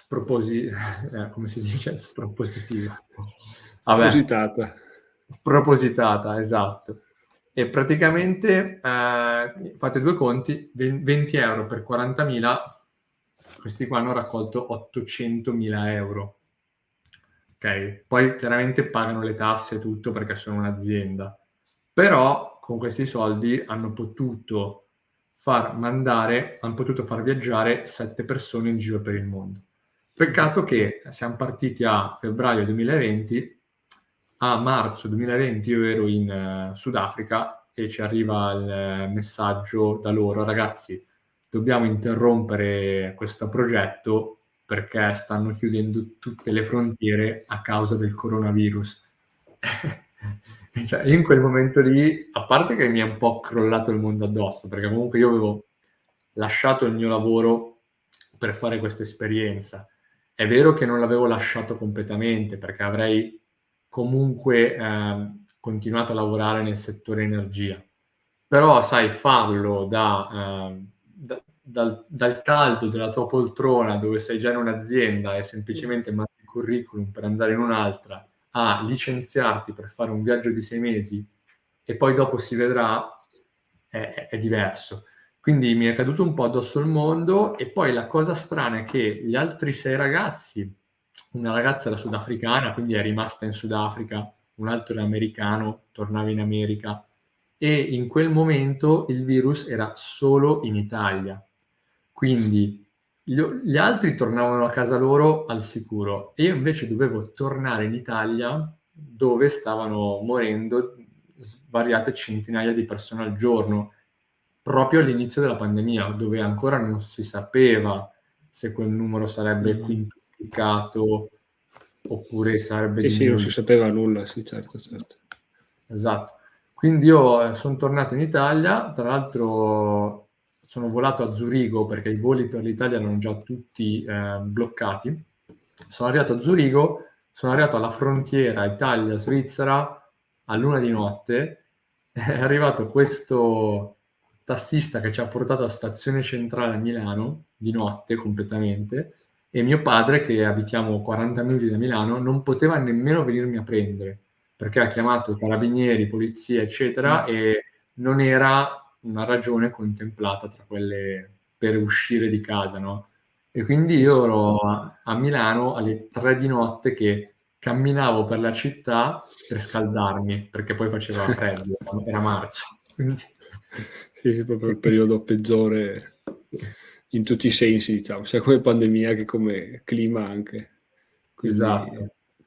Speaker 2: come si dice? Spropositiva. Vabbè, spropositata, esatto. E praticamente fate due conti, 20 euro per 40.000, questi qua hanno raccolto 800.000 euro. Ok, poi chiaramente pagano le tasse e tutto perché sono un'azienda, però con questi soldi hanno potuto far viaggiare 7 persone in giro per il mondo. Peccato che siamo partiti a febbraio 2020, a marzo 2020 io ero in Sudafrica e ci arriva il messaggio da loro: ragazzi, dobbiamo interrompere questo progetto perché stanno chiudendo tutte le frontiere a causa del coronavirus. Cioè, io in quel momento lì, a parte che mi è un po' crollato il mondo addosso, perché comunque io avevo lasciato il mio lavoro per fare questa esperienza. È vero che non l'avevo lasciato completamente, perché avrei comunque continuato a lavorare nel settore energia. Però, sai, farlo dal caldo della tua poltrona, dove sei già in un'azienda e semplicemente mandi il curriculum per andare in un'altra, a licenziarti per fare un viaggio di 6 mesi e poi dopo si vedrà, è diverso. Quindi mi è caduto un po' addosso il mondo. E poi la cosa strana è che gli altri 6 ragazzi, una ragazza era sudafricana, quindi è rimasta in Sudafrica, un altro era americano, tornava in America, e in quel momento il virus era solo in Italia. Quindi gli altri tornavano a casa loro al sicuro e io invece dovevo tornare in Italia, dove stavano morendo svariate centinaia di persone al giorno, proprio all'inizio della pandemia, dove ancora non si sapeva se quel numero sarebbe quintuplicato oppure sarebbe diminuito.
Speaker 3: Sì, non si sapeva nulla, sì, certo.
Speaker 2: Esatto. Quindi io sono tornato in Italia, tra l'altro sono volato a Zurigo perché i voli per l'Italia erano già tutti bloccati. Sono arrivato a Zurigo, sono arrivato alla frontiera Italia-Svizzera all'1 di notte. È arrivato questo tassista che ci ha portato a Stazione Centrale a Milano, di notte completamente, e mio padre, che abitiamo 40 minuti da Milano, non poteva nemmeno venirmi a prendere, perché ha chiamato i carabinieri, polizia, eccetera, e non era una ragione contemplata tra quelle per uscire di casa, no? E quindi io ero a Milano alle 3 di notte che camminavo per la città per scaldarmi, perché poi faceva freddo, era marzo. Quindi...
Speaker 3: Sì, proprio il periodo peggiore in tutti i sensi, diciamo, sia come pandemia che come clima anche. Quindi...
Speaker 2: Esatto.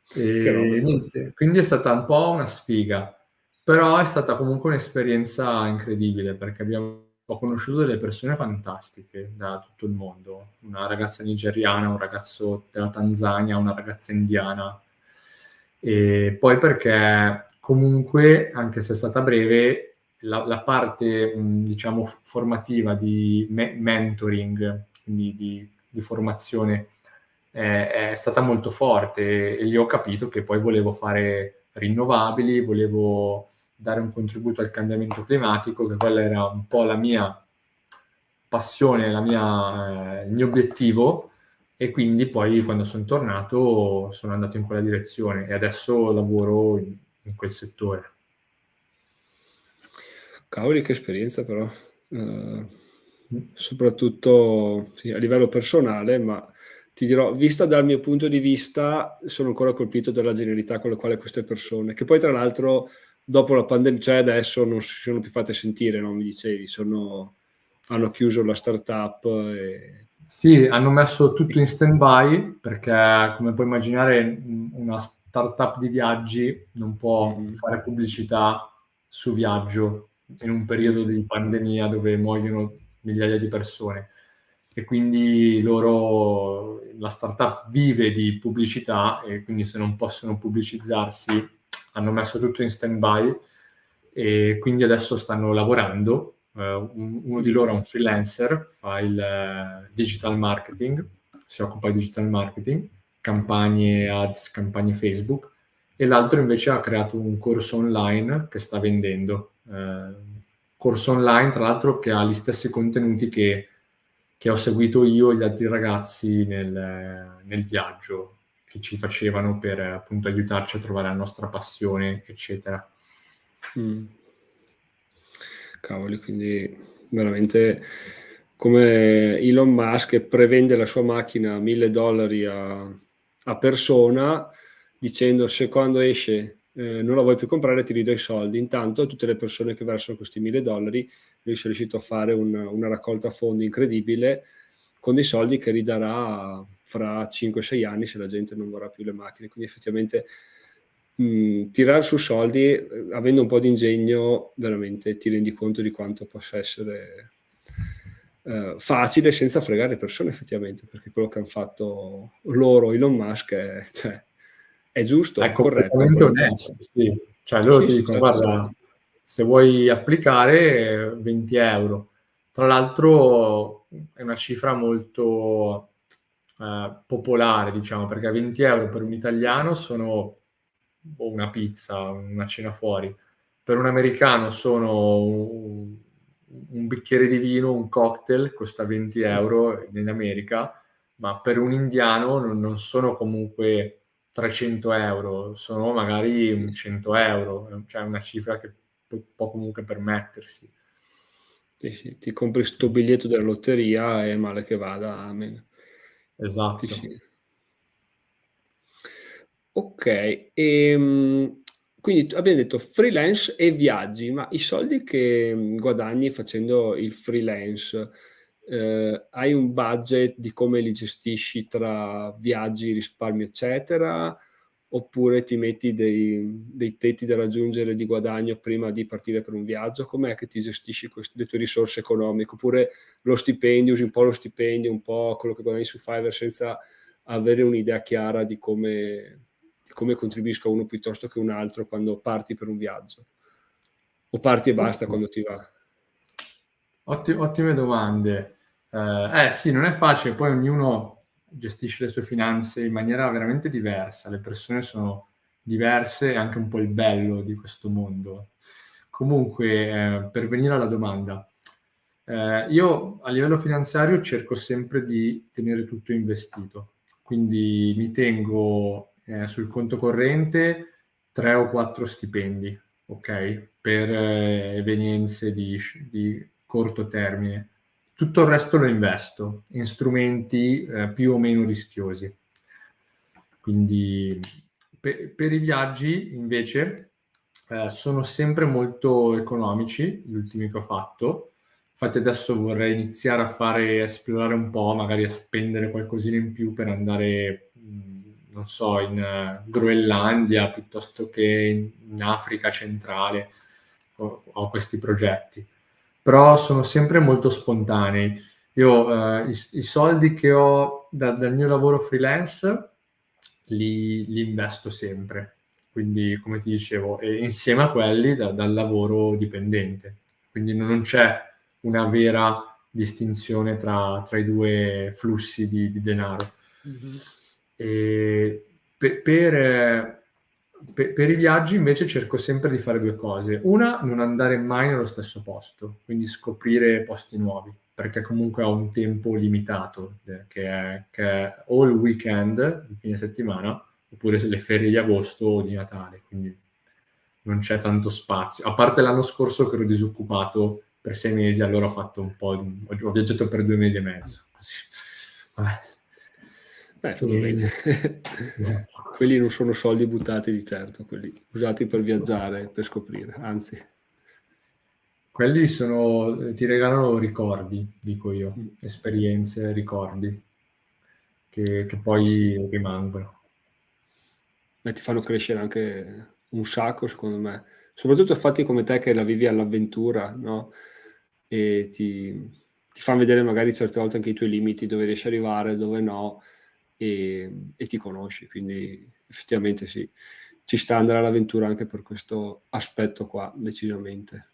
Speaker 2: E niente, quindi è stata un po' una sfiga, però è stata comunque un'esperienza incredibile perché ho conosciuto delle persone fantastiche da tutto il mondo, una ragazza nigeriana, un ragazzo della Tanzania, una ragazza indiana, e poi perché comunque, anche se è stata breve, la parte diciamo formativa di mentoring, quindi di formazione è stata molto forte, e lì ho capito che poi volevo fare rinnovabili, volevo dare un contributo al cambiamento climatico, che quella era un po' la mia passione, il mio obiettivo, e quindi poi quando sono tornato sono andato in quella direzione e adesso lavoro in quel settore.
Speaker 3: Cavoli, che esperienza però, soprattutto sì, a livello personale, ma ti dirò, vista dal mio punto di vista, sono ancora colpito dalla genialità con la quale queste persone, che poi tra l'altro dopo la pandemia, cioè adesso non si sono più fatte sentire, no? Mi dicevi, hanno chiuso la startup e...
Speaker 2: Sì, hanno messo tutto in stand-by perché, come puoi immaginare, una startup di viaggi non può fare pubblicità su viaggio in un periodo di pandemia dove muoiono migliaia di persone. E quindi la startup vive di pubblicità, e quindi se non possono pubblicizzarsi hanno messo tutto in stand-by, e quindi adesso stanno lavorando. Uno di loro è un freelancer, fa il digital marketing, si occupa di digital marketing, campagne ads, campagne Facebook, e l'altro invece ha creato un corso online che sta vendendo. Corso online, tra l'altro, che ha gli stessi contenuti che ho seguito io e gli altri ragazzi nel viaggio, che ci facevano per appunto aiutarci a trovare la nostra passione, eccetera.
Speaker 3: Cavoli, quindi veramente come Elon Musk prevende la sua macchina a $1.000 a persona, dicendo se quando esce non la vuoi più comprare ti ridò i soldi. Intanto tutte le persone che versano questi $1.000, lui si è riuscito a fare una raccolta fondi incredibile con dei soldi che ridarà fra 5-6 anni se la gente non vorrà più le macchine. Quindi effettivamente tirare su soldi, avendo un po' di ingegno, veramente ti rendi conto di quanto possa essere facile senza fregare le persone, effettivamente, perché quello che hanno fatto loro, Elon Musk, è giusto, è corretto.
Speaker 2: Onesto, sì. Cioè loro ti dicono, guarda, se vuoi applicare 20 euro. Tra l'altro è una cifra molto popolare, diciamo, perché 20 euro per un italiano sono una pizza, una cena fuori. Per un americano sono un bicchiere di vino, un cocktail, costa 20 euro in America, ma per un indiano non sono comunque 300 euro, sono magari 100 euro, cioè una cifra che può comunque permettersi.
Speaker 3: Sì, ti compri sto biglietto della lotteria e male che vada, amen.
Speaker 2: Esatto.
Speaker 3: Sì. Ok, quindi abbiamo detto freelance e viaggi, ma i soldi che guadagni facendo il freelance, hai un budget di come li gestisci tra viaggi, risparmio, eccetera? Oppure ti metti dei tetti da raggiungere di guadagno prima di partire per un viaggio? Com'è che ti gestisci le tue risorse economiche? Oppure lo stipendio, usi un po' lo stipendio, un po' quello che guadagni su Fiverr senza avere un'idea chiara di come contribuisca uno piuttosto che un altro quando parti per un viaggio? O parti e basta quando ti va?
Speaker 2: Ottime domande. Sì, non è facile, poi ognuno gestisce le sue finanze in maniera veramente diversa, le persone sono diverse, è anche un po' il bello di questo mondo. Comunque, per venire alla domanda, io a livello finanziario cerco sempre di tenere tutto investito, quindi mi tengo sul conto corrente 3 o 4 stipendi, ok? Per evenienze di corto termine. Tutto il resto lo investo in strumenti più o meno rischiosi. Quindi per i viaggi invece sono sempre molto economici, gli ultimi che ho fatto. Infatti adesso vorrei iniziare a esplorare un po', magari a spendere qualcosina in più per andare non so, in Groenlandia piuttosto che in Africa centrale, ho questi progetti. Però sono sempre molto spontanei. Io i soldi che ho dal mio lavoro freelance li investo sempre, quindi come ti dicevo, e insieme a quelli dal lavoro dipendente. Quindi non c'è una vera distinzione tra i due flussi di denaro. E per i viaggi invece cerco sempre di fare due cose. Una, non andare mai nello stesso posto, quindi scoprire posti nuovi, perché comunque ho un tempo limitato, che è o il weekend, il fine settimana, oppure le ferie di agosto o di Natale, quindi non c'è tanto spazio. A parte l'anno scorso che ero disoccupato per 6 mesi, allora ho fatto ho viaggiato per 2 mesi e mezzo. Così. Vabbè.
Speaker 3: Fatto bene.
Speaker 2: Esatto.
Speaker 3: Quelli non sono soldi buttati di certo, quelli usati per viaggiare, per scoprire, anzi.
Speaker 2: Quelli ti regalano ricordi, dico io, esperienze, ricordi, che poi rimangono.
Speaker 3: E ti fanno crescere anche un sacco, secondo me. Soprattutto fatti come te che la vivi all'avventura, no? E ti fanno vedere magari certe volte anche i tuoi limiti, dove riesci ad arrivare, dove no, e ti conosci, quindi effettivamente sì, ci sta andare all'avventura anche per questo aspetto qua, decisamente.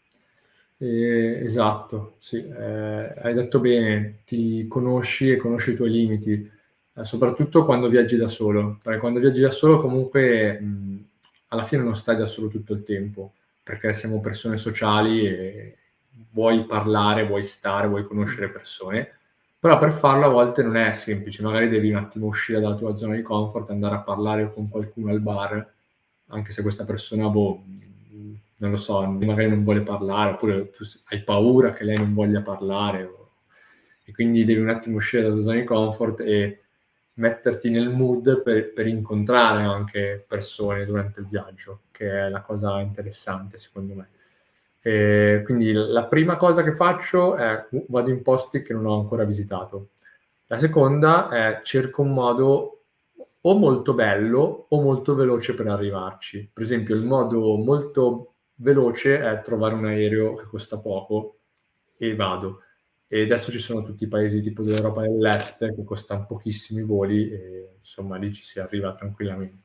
Speaker 2: Esatto, sì, hai detto bene, ti conosci e conosci i tuoi limiti, soprattutto quando viaggi da solo, perché quando viaggi da solo comunque alla fine non stai da solo tutto il tempo, perché siamo persone sociali e vuoi parlare, vuoi stare, vuoi conoscere persone, però per farlo a volte non è semplice, magari devi un attimo uscire dalla tua zona di comfort, andare a parlare con qualcuno al bar, anche se questa persona, non lo so, magari non vuole parlare, oppure tu hai paura che lei non voglia parlare, e quindi devi un attimo uscire dalla tua zona di comfort e metterti nel mood per incontrare anche persone durante il viaggio, che è la cosa interessante secondo me. E quindi la prima cosa che faccio è vado in posti che non ho ancora visitato. La seconda è cerco un modo o molto bello o molto veloce per arrivarci. Per esempio, il modo molto veloce è trovare un aereo che costa poco e vado. E adesso ci sono tutti i paesi tipo dell'Europa dell'Est che costano pochissimi voli e insomma lì ci si arriva tranquillamente.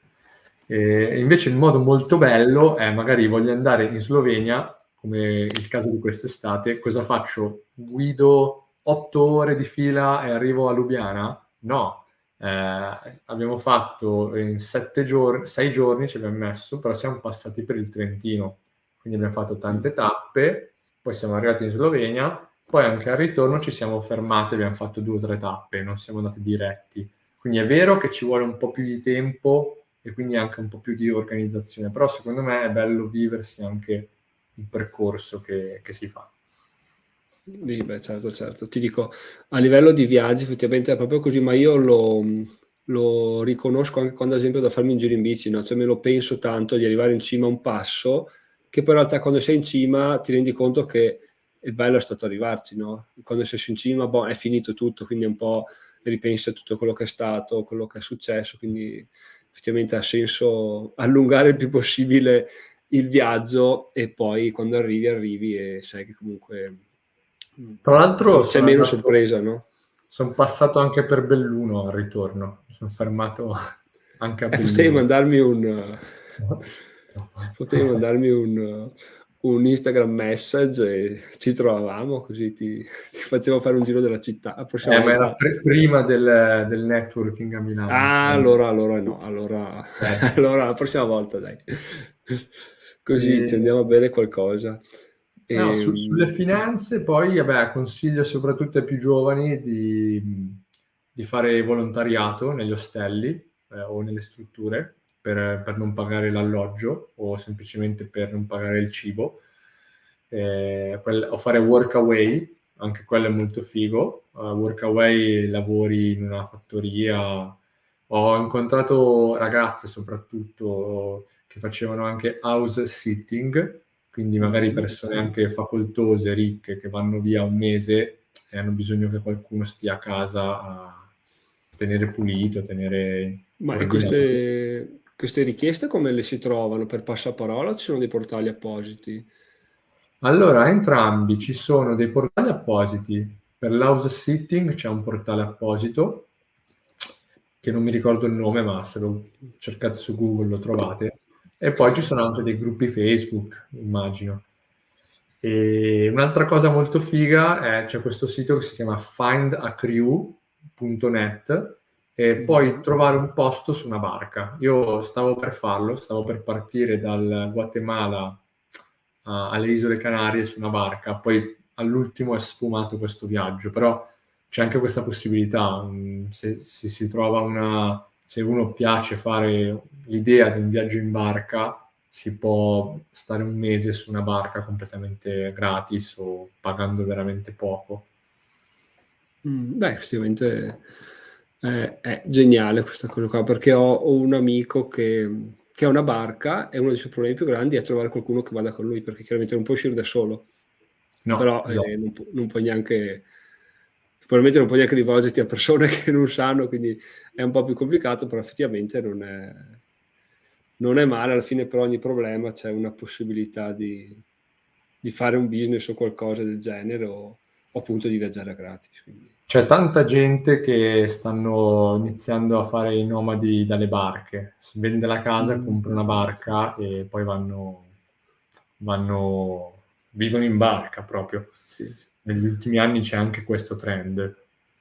Speaker 2: E invece il modo molto bello è magari voglio andare in Slovenia, come il caso di quest'estate, cosa faccio? Guido 8 ore di fila e arrivo a Lubiana? No, abbiamo fatto in 6 giorni ci abbiamo messo, però siamo passati per il Trentino, quindi abbiamo fatto tante tappe, poi siamo arrivati in Slovenia, poi anche al ritorno ci siamo fermati, abbiamo fatto 2 o 3 tappe, non siamo andati diretti. Quindi è vero che ci vuole un po' più di tempo e quindi anche un po' più di organizzazione, però secondo me è bello viversi anche il percorso che si fa.
Speaker 3: Beh, certo. Ti dico, a livello di viaggi effettivamente è proprio così, ma io lo riconosco anche quando ad esempio da farmi un giro in bici, no? Cioè me lo penso tanto di arrivare in cima a un passo, che poi in realtà quando sei in cima ti rendi conto che il bello è stato arrivarci, no? Quando sei in cima, è finito tutto, quindi un po' ripensi a tutto quello che è stato, quello che è successo, quindi effettivamente ha senso allungare il più possibile il viaggio e poi quando arrivi e sai che comunque
Speaker 2: tra l'altro
Speaker 3: c'è meno sorpresa, no?
Speaker 2: Sono passato anche per Belluno al ritorno, sono fermato anche a Belluno.
Speaker 3: Potevi mandarmi un Instagram message e ci trovavamo, così ti facevo fare un giro della città.
Speaker 2: Ma era prima del networking a Milano.
Speaker 3: Allora no, allora la prossima volta dai. Così ci andiamo a bere qualcosa.
Speaker 2: No, sulle finanze poi consiglio soprattutto ai più giovani di fare volontariato negli ostelli o nelle strutture per non pagare l'alloggio o semplicemente per non pagare il cibo, o fare workaway, anche quello è molto figo. Workaway lavori in una fattoria. Ho incontrato ragazze soprattutto che facevano anche house sitting, quindi magari persone anche facoltose, ricche, che vanno via un mese e hanno bisogno che qualcuno stia a casa tenere pulito, tenere
Speaker 3: Ma e
Speaker 2: ordinato.
Speaker 3: queste richieste come le si trovano? Per passaparola o ci sono dei portali appositi?
Speaker 2: Allora, entrambi ci sono dei portali appositi. Per l'house sitting c'è un portale apposito, che non mi ricordo il nome, ma se lo cercate su Google lo trovate. E poi ci sono anche dei gruppi Facebook, immagino. E un'altra cosa molto figa è c'è questo sito che si chiama findacrew.net e puoi trovare un posto su una barca. Io stavo per farlo, stavo per partire dal Guatemala alle Isole Canarie su una barca, poi all'ultimo è sfumato questo viaggio, però c'è anche questa possibilità, se si trova se uno piace fare l'idea di un viaggio in barca, si può stare un mese su una barca completamente gratis o pagando veramente poco.
Speaker 3: Beh, effettivamente è geniale questa cosa qua, perché ho un amico che ha una barca e uno dei suoi problemi più grandi è trovare qualcuno che vada con lui, perché chiaramente non può uscire da solo.
Speaker 2: No,
Speaker 3: Però
Speaker 2: no.
Speaker 3: non puoi neanche, probabilmente non puoi neanche rivolgerti a persone che non sanno, quindi è un po' più complicato, però effettivamente non è male. Alla fine per ogni problema c'è una possibilità di fare un business o qualcosa del genere o appunto di viaggiare a gratis. Quindi.
Speaker 2: C'è tanta gente che stanno iniziando a fare i nomadi dalle barche. Si vende la casa, compra una barca e poi vivono in barca proprio.
Speaker 3: Sì.
Speaker 2: Negli ultimi anni c'è anche questo trend.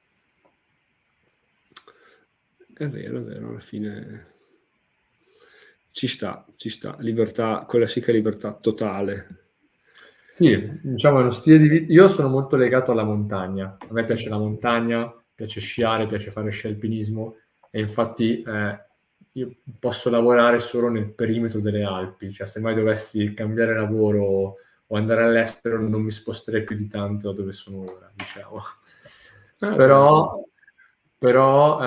Speaker 3: È vero, alla fine ci sta. Libertà, quella sì che è libertà totale.
Speaker 2: Sì, diciamo è uno stile di vita. Io sono molto legato alla montagna. A me piace la montagna, piace sciare, piace fare sci alpinismo e infatti io posso lavorare solo nel perimetro delle Alpi. Cioè, se mai dovessi cambiare lavoro o andare all'estero, non mi sposterei più di tanto da dove sono ora, diciamo. Però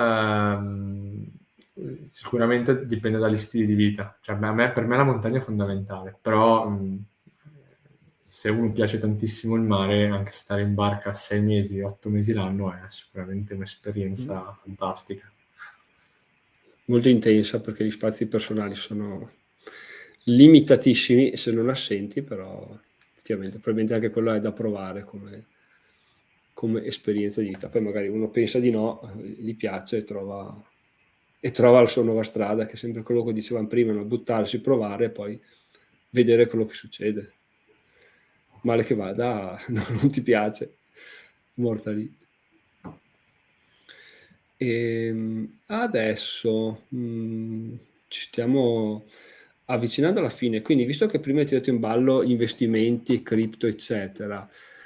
Speaker 2: sicuramente dipende dagli stili di vita. Cioè, per me la montagna è fondamentale, però se uno piace tantissimo il mare, anche stare in barca 6 mesi, 8 mesi l'anno è sicuramente un'esperienza fantastica.
Speaker 3: Molto intensa, perché gli spazi personali sono limitatissimi se non assenti, però effettivamente probabilmente anche quello è da provare come esperienza di vita. Poi magari uno pensa di no, gli piace e trova la sua nuova strada, che è sempre quello che dicevamo prima, no? Buttarsi, provare e poi vedere quello che succede. Male che vada, non ti piace, morta lì. E adesso ci stiamo avvicinando alla fine, quindi visto che prima hai tirato in ballo investimenti, cripto, eccetera,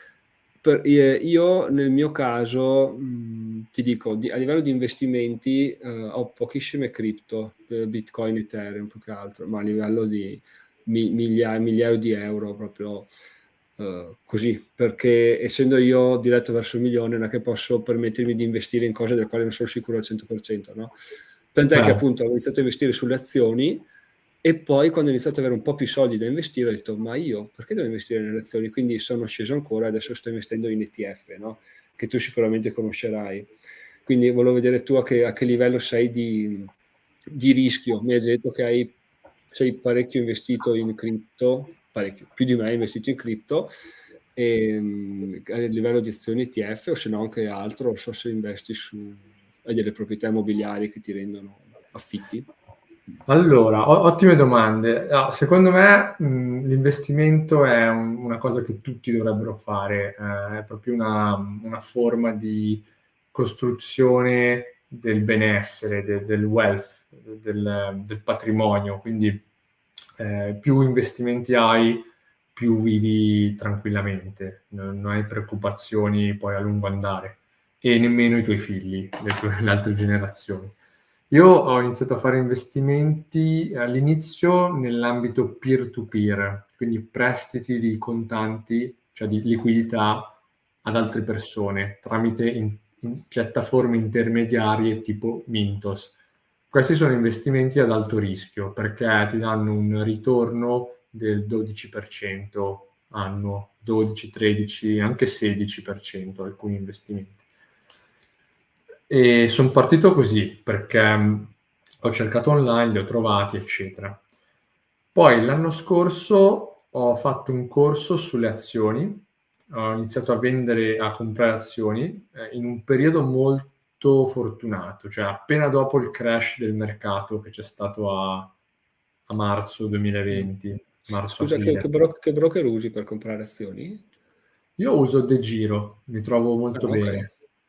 Speaker 3: io nel mio caso ti dico, a livello di investimenti ho pochissime cripto, Bitcoin, Ethereum più che altro, ma a livello di migliaia di euro proprio. Così, perché essendo io diretto verso il milione non è che posso permettermi di investire in cose delle quali non sono sicuro al 100%, no? Tant'è che appunto ho iniziato a investire sulle azioni e poi quando ho iniziato ad avere un po' più soldi da investire ho detto ma io perché devo investire nelle azioni? Quindi sono sceso ancora e adesso sto investendo in ETF, no? Che tu sicuramente conoscerai. Quindi volevo vedere tu a che livello sei di rischio. Mi hai detto che sei parecchio investito in cripto, parecchio, più di me hai investito in cripto, a livello di azioni ETF o se no anche altro, non so se investi hai delle proprietà immobiliari che ti rendono affitti.
Speaker 2: Allora, ottime domande. Secondo me l'investimento è una cosa che tutti dovrebbero fare, è proprio una forma di costruzione del benessere, del wealth, del patrimonio. Quindi più investimenti hai, più vivi tranquillamente, non hai preoccupazioni poi a lungo andare e nemmeno i tuoi figli, le altre generazioni. Io ho iniziato a fare investimenti all'inizio nell'ambito peer-to-peer, quindi prestiti di contanti, cioè di liquidità ad altre persone tramite in piattaforme intermediarie tipo Mintos. Questi sono investimenti ad alto rischio perché ti danno un ritorno del 12% annuo, 12, 13, anche 16% alcuni investimenti. E sono partito così, perché ho cercato online, li ho trovati, eccetera. Poi l'anno scorso ho fatto un corso sulle azioni, ho iniziato a comprare azioni in un periodo molto fortunato, cioè appena dopo il crash del mercato che c'è stato a marzo 2020,
Speaker 3: Scusa, che
Speaker 2: marzo-aprile.
Speaker 3: broker usi per comprare azioni?
Speaker 2: Io uso De Giro, mi trovo molto
Speaker 3: Ok.
Speaker 2: bene.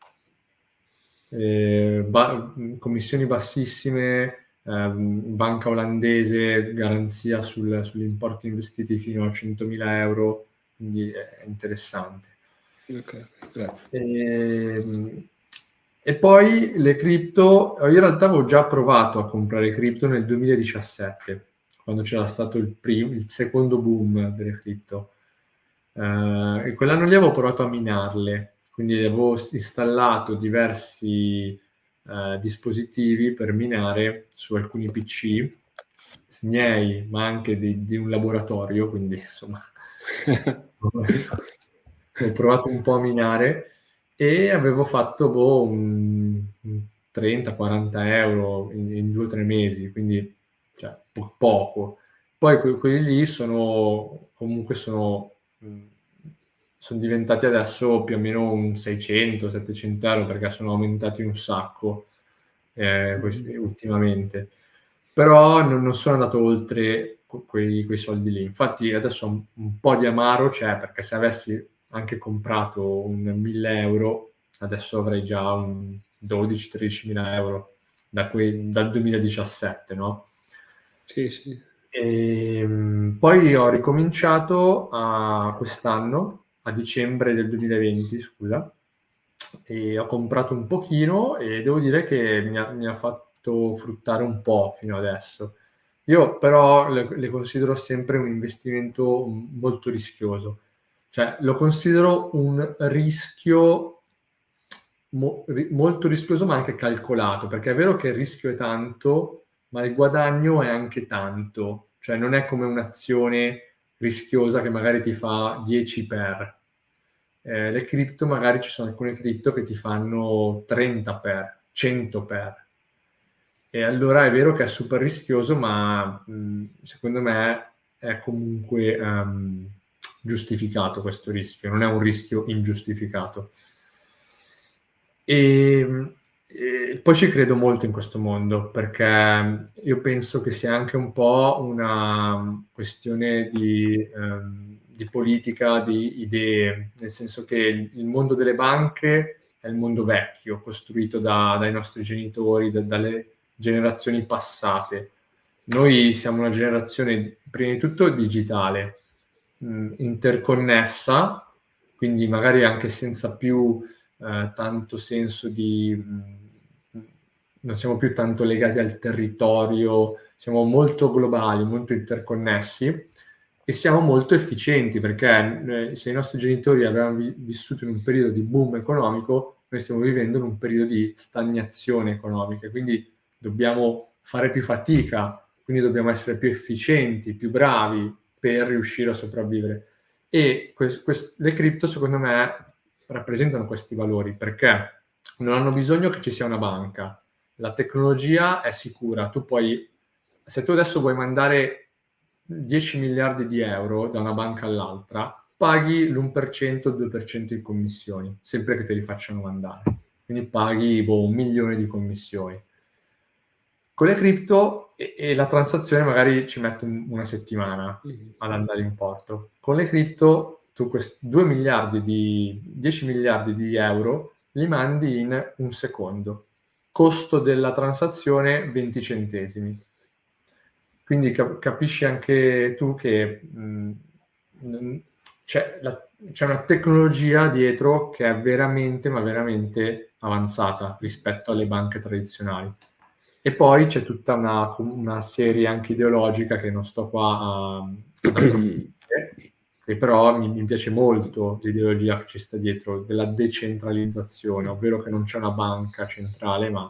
Speaker 2: Commissioni bassissime, banca olandese, garanzia sugli importi investiti fino a 100.000 euro, quindi è interessante.
Speaker 3: Ok, grazie.
Speaker 2: E poi le cripto, io in realtà avevo già provato a comprare cripto nel 2017, quando c'era stato il secondo boom delle cripto. E quell'anno lì avevo provato a minarle, quindi avevo installato diversi dispositivi per minare su alcuni PC miei, ma anche di un laboratorio, quindi insomma ho provato un po' a minare e avevo fatto un 30-40 euro in 2 o 3 mesi, quindi cioè, poco. Poi quelli lì sono diventati adesso più o meno un 600-700 euro perché sono aumentati un sacco ultimamente. Però non sono andato oltre quei soldi lì. Infatti adesso un po' di amaro c'è, perché se avessi anche comprato un 1.000 euro, adesso avrei già un 12-13 mila euro dal 2017, no?
Speaker 3: Sì, sì.
Speaker 2: Poi ho ricominciato quest'anno, a dicembre del 2020, scusa, e ho comprato un pochino e devo dire che mi ha fatto fruttare un po' fino adesso. Io però le considero sempre un investimento molto rischioso, cioè lo considero un rischio molto rischioso ma anche calcolato, perché è vero che il rischio è tanto, ma il guadagno è anche tanto, cioè non è come un'azione rischiosa che magari ti fa 10 per. Le cripto, magari ci sono alcune cripto che ti fanno 30 per, 100 per. E allora è vero che è super rischioso, ma secondo me è comunque giustificato questo rischio, non è un rischio ingiustificato. E poi ci credo molto in questo mondo, perché io penso che sia anche un po' una questione di politica, di idee, nel senso che il mondo delle banche è il mondo vecchio, costruito dai nostri genitori, dalle generazioni passate. Noi siamo una generazione, prima di tutto, digitale, interconnessa, quindi magari anche senza più tanto senso non siamo più tanto legati al territorio, siamo molto globali, molto interconnessi e siamo molto efficienti, perché se i nostri genitori avevano vissuto in un periodo di boom economico, noi stiamo vivendo in un periodo di stagnazione economica, quindi dobbiamo fare più fatica, quindi dobbiamo essere più efficienti, più bravi per riuscire a sopravvivere. E le cripto, secondo me, rappresentano questi valori, perché non hanno bisogno che ci sia una banca. La tecnologia è sicura. Se tu adesso vuoi mandare 10 miliardi di euro da una banca all'altra, paghi l'1%, il 2% di commissioni, sempre che te li facciano mandare. Quindi paghi 1 milione di commissioni. Con le cripto e la transazione magari ci mette una settimana ad andare in porto. Con le cripto tu 10 miliardi di euro li mandi in un secondo. Costo della transazione 20 centesimi. Quindi capisci anche tu che c'è una tecnologia dietro che è veramente, ma veramente avanzata rispetto alle banche tradizionali. E poi c'è tutta una serie anche ideologica che non sto qua ad approfondire, che però mi piace molto l'ideologia che ci sta dietro, della decentralizzazione, ovvero che non c'è una banca centrale, ma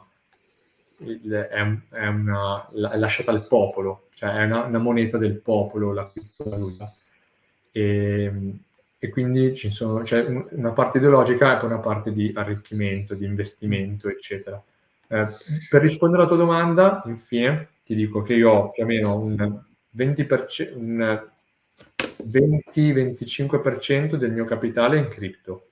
Speaker 2: è lasciata al popolo, cioè è una moneta del popolo, la criptovaluta. E e quindi c'è una parte ideologica e poi una parte di arricchimento, di investimento, eccetera. Per rispondere alla tua domanda, infine, ti dico che io ho più o meno un 20-25% del mio capitale in cripto,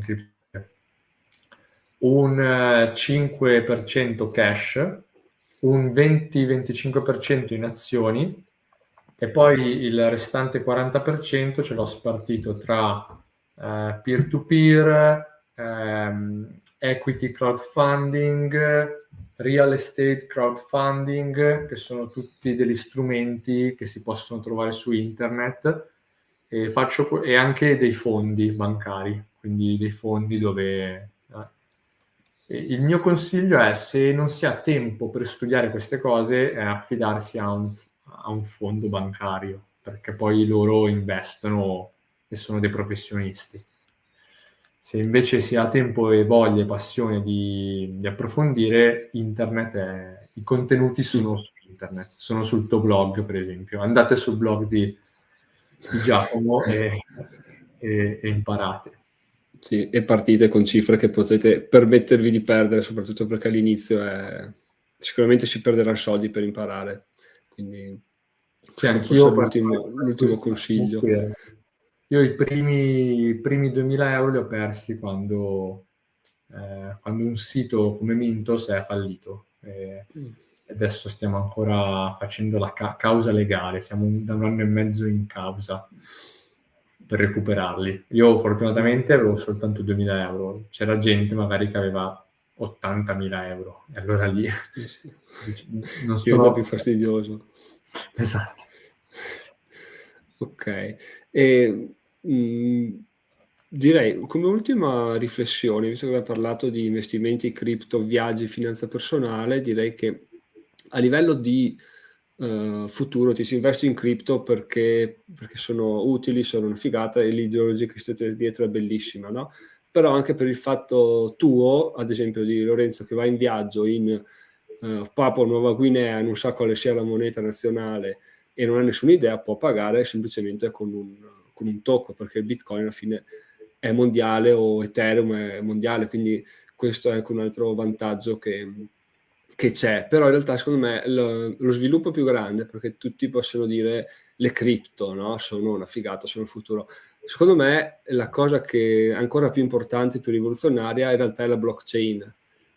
Speaker 2: un 5% cash, un 20-25% in azioni e poi il restante 40% ce l'ho spartito tra peer-to-peer, equity crowdfunding, real estate crowdfunding, che sono tutti degli strumenti che si possono trovare su internet, e anche dei fondi bancari, quindi dei fondi dove... il mio consiglio è, se non si ha tempo per studiare queste cose, è affidarsi a un fondo bancario, perché poi loro investono e sono dei professionisti. Se invece si ha tempo e voglia e passione di approfondire, i contenuti sono su internet, sono sul tuo blog, per esempio. Andate sul blog di Giacomo e imparate.
Speaker 3: Sì, e partite con cifre che potete permettervi di perdere, soprattutto perché all'inizio sicuramente si perderanno soldi per imparare. Quindi questo forse è l'ultimo consiglio.
Speaker 2: Io i primi 2000 euro li ho persi quando un sito come Mintos è fallito. Adesso stiamo ancora facendo la causa legale, siamo da 1 anno e mezzo in causa per recuperarli. Io fortunatamente avevo soltanto 2000 euro, c'era gente magari che aveva 80.000 euro, e allora lì
Speaker 3: non diventa più fastidioso.
Speaker 2: Esatto.
Speaker 3: Ok, direi come ultima riflessione, visto che abbiamo parlato di investimenti, cripto, viaggi, finanza personale, direi che a livello di futuro ti si investe in cripto perché sono utili, sono una figata e l'ideologia che state dietro è bellissima, no? Però anche per il fatto tuo, ad esempio di Lorenzo, che va in viaggio in Papua Nuova Guinea, non sa quale sia la moneta nazionale e non ha nessuna idea, può pagare semplicemente con un tocco, perché il Bitcoin alla fine è mondiale o Ethereum è mondiale, quindi questo è anche un altro vantaggio che c'è. Però in realtà secondo me lo sviluppo più grande, perché tutti possono dire le cripto, no? Sono una figata, sono il futuro. Secondo me la cosa che è ancora più importante, più rivoluzionaria, in realtà è la blockchain,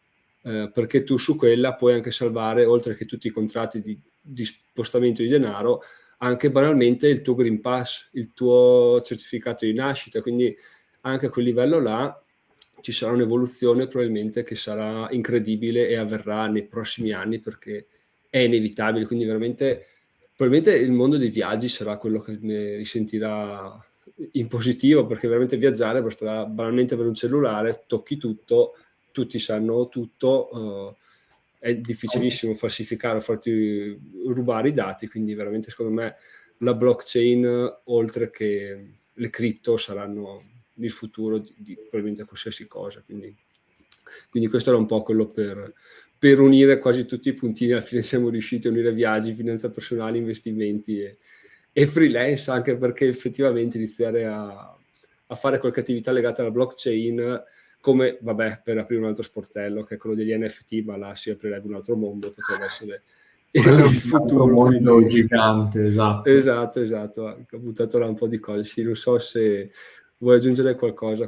Speaker 3: perché tu su quella puoi anche salvare, oltre che tutti i contratti di spostamento di denaro, anche banalmente il tuo Green Pass, il tuo certificato di nascita, quindi anche a quel livello là ci sarà un'evoluzione probabilmente che sarà incredibile e avverrà nei prossimi anni, perché è inevitabile. Quindi veramente probabilmente il mondo dei viaggi sarà quello che ne risentirà in positivo, perché veramente viaggiare basterà banalmente per un cellulare, tocchi tutto, tutti sanno tutto, è difficilissimo falsificare o farti rubare i dati, quindi veramente secondo me la blockchain, oltre che le cripto, saranno il futuro di probabilmente qualsiasi cosa, quindi questo era un po' quello per unire quasi tutti i puntini. Alla fine siamo riusciti a unire viaggi, finanza personale, investimenti e freelance, anche perché effettivamente iniziare a fare qualche attività legata alla blockchain, come per aprire un altro sportello che è quello degli NFT, ma là si aprirebbe un altro mondo, potrebbe essere
Speaker 2: il futuro, un mondo gigante.
Speaker 3: Esatto, ho buttato là un po' di cose. Sì, non so se vuoi aggiungere qualcosa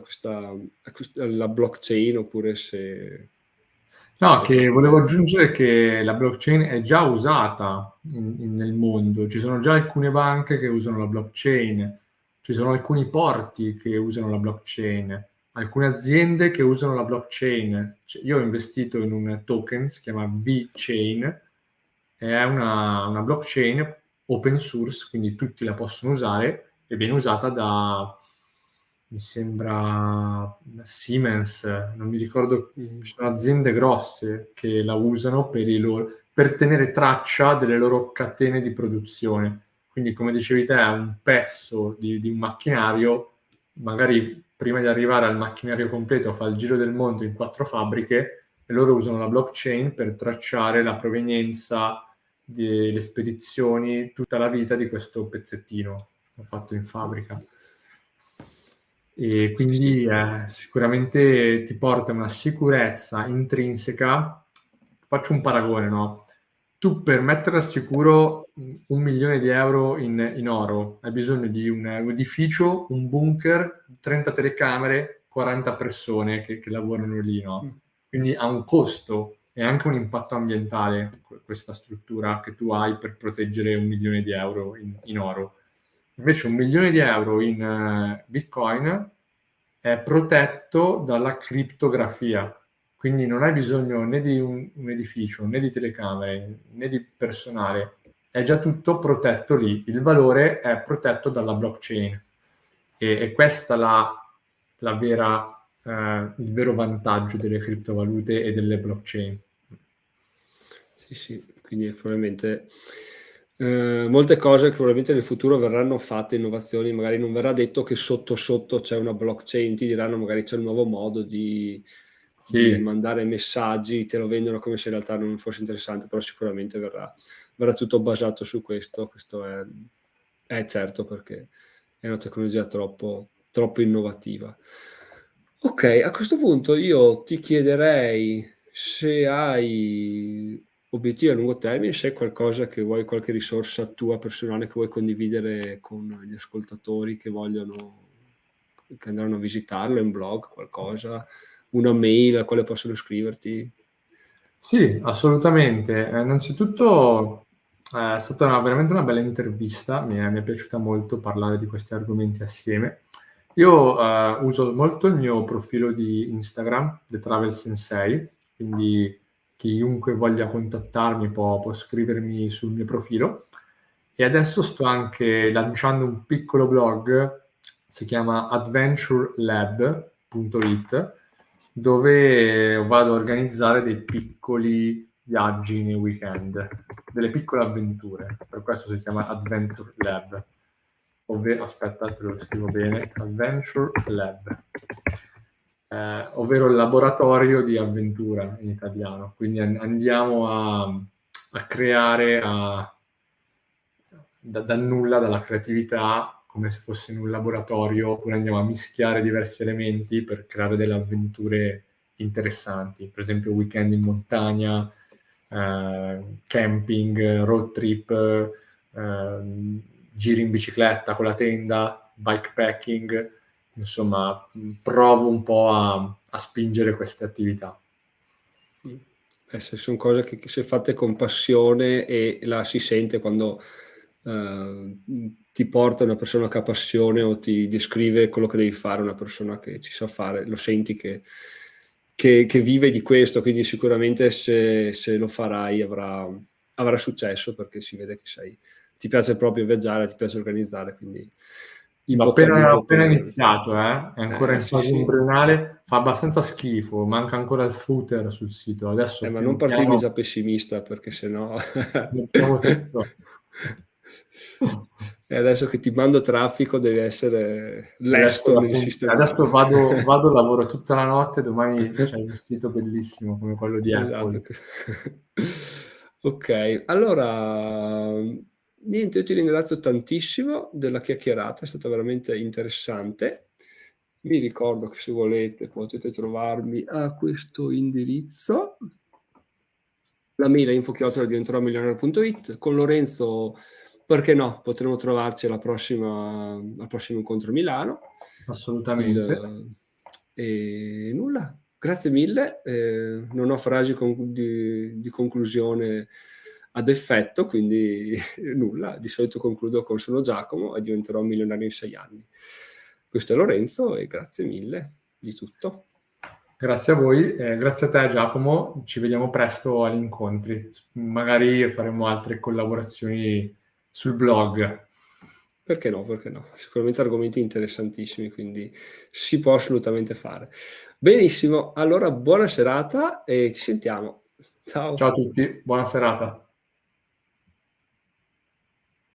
Speaker 3: alla blockchain, oppure se...
Speaker 2: No, che volevo aggiungere che la blockchain è già usata nel mondo. Ci sono già alcune banche che usano la blockchain, ci sono alcuni porti che usano la blockchain, alcune aziende che usano la blockchain. Io ho investito in un token, si chiama VeChain, è una blockchain open source, quindi tutti la possono usare e viene usata da, mi sembra, Siemens, non mi ricordo, ci sono aziende grosse che la usano per tenere traccia delle loro catene di produzione. Quindi, come dicevi te, è un pezzo di un macchinario, magari prima di arrivare al macchinario completo fa il giro del mondo in 4 fabbriche e loro usano la blockchain per tracciare la provenienza delle spedizioni, tutta la vita di questo pezzettino fatto in fabbrica. e quindi sicuramente ti porta una sicurezza intrinseca. Faccio un paragone, no? Tu per mettere al sicuro 1 milione di euro in oro hai bisogno di un edificio, un bunker, 30 telecamere, 40 persone che lavorano lì, no? Quindi ha un costo e anche un impatto ambientale questa struttura che tu hai per proteggere 1 milione di euro in oro. Invece 1 milione di euro in Bitcoin è protetto dalla criptografia, quindi non hai bisogno né di un edificio, né di telecamere, né di personale, è già tutto protetto lì, il valore è protetto dalla blockchain e questa la vera, il vero vantaggio delle criptovalute e delle blockchain.
Speaker 3: Sì, quindi probabilmente molte cose che probabilmente nel futuro verranno fatte, innovazioni, magari non verrà detto che sotto sotto c'è una blockchain, ti diranno magari c'è un nuovo modo di mandare messaggi, te lo vendono come se in realtà non fosse interessante, però sicuramente verrà tutto basato su questo è certo, perché è una tecnologia troppo innovativa. Ok, a questo punto io ti chiederei se hai obiettivi a lungo termine, se hai qualcosa che vuoi, qualche risorsa tua personale che vuoi condividere con gli ascoltatori che andranno a visitarlo, un blog, qualcosa, una mail a quale possono scriverti.
Speaker 2: Sì, assolutamente. Innanzitutto è stata veramente una bella intervista, mi è piaciuta molto parlare di questi argomenti assieme. Io uso molto il mio profilo di Instagram, The Travel Sensei, quindi chiunque voglia contattarmi può scrivermi sul mio profilo. E adesso sto anche lanciando un piccolo blog, si chiama adventurelab.it, dove vado a organizzare dei piccoli viaggi nei weekend, delle piccole avventure. Per questo si chiama Adventure Lab. Aspetta, te lo scrivo bene, Adventure Lab, ovvero il laboratorio di avventura in italiano. Quindi andiamo a creare dal nulla, dalla creatività, come se fosse in un laboratorio, oppure andiamo a mischiare diversi elementi per creare delle avventure interessanti, per esempio weekend in montagna, camping, road trip, giri in bicicletta con la tenda, bikepacking, insomma, provo un po' a spingere queste attività.
Speaker 3: Sono cose che se fatte con passione e la si sente quando ti porta una persona che ha passione o ti descrive quello che devi fare, una persona che ci sa fare, lo senti che vive di questo, quindi sicuramente se lo farai avrà successo, perché si vede che ti piace proprio viaggiare, ti piace organizzare, quindi
Speaker 2: L'ho appena iniziato, è ancora in fase embrionale, fa abbastanza schifo, manca ancora il footer sul sito. Adesso
Speaker 3: ma non partirmi già pessimista, perché sennò e adesso che ti mando traffico deve essere lesto nel sistema.
Speaker 2: Adesso vado, lavoro tutta la notte, domani c'è un sito bellissimo come quello di Apple.
Speaker 3: Ok, allora niente, io ti ringrazio tantissimo della chiacchierata, è stata veramente interessante. Vi ricordo che se volete potete trovarmi a questo indirizzo, la mail è info@diventeromilionario.it. Con Lorenzo, perché no, potremo trovarci al prossimo incontro a Milano.
Speaker 2: Assolutamente.
Speaker 3: E nulla, grazie mille. Non ho frasi di conclusione ad effetto, quindi nulla. Di solito concludo con sono Giacomo e diventerò un milionario in 6 anni. Questo è Lorenzo e grazie mille di tutto.
Speaker 2: Grazie a voi, grazie a te Giacomo, ci vediamo presto agli incontri, magari faremo altre collaborazioni sul blog.
Speaker 3: Perché no? Sicuramente argomenti interessantissimi, quindi si può assolutamente fare. Benissimo, allora buona serata e ci sentiamo. Ciao.
Speaker 2: Ciao a tutti, buona serata.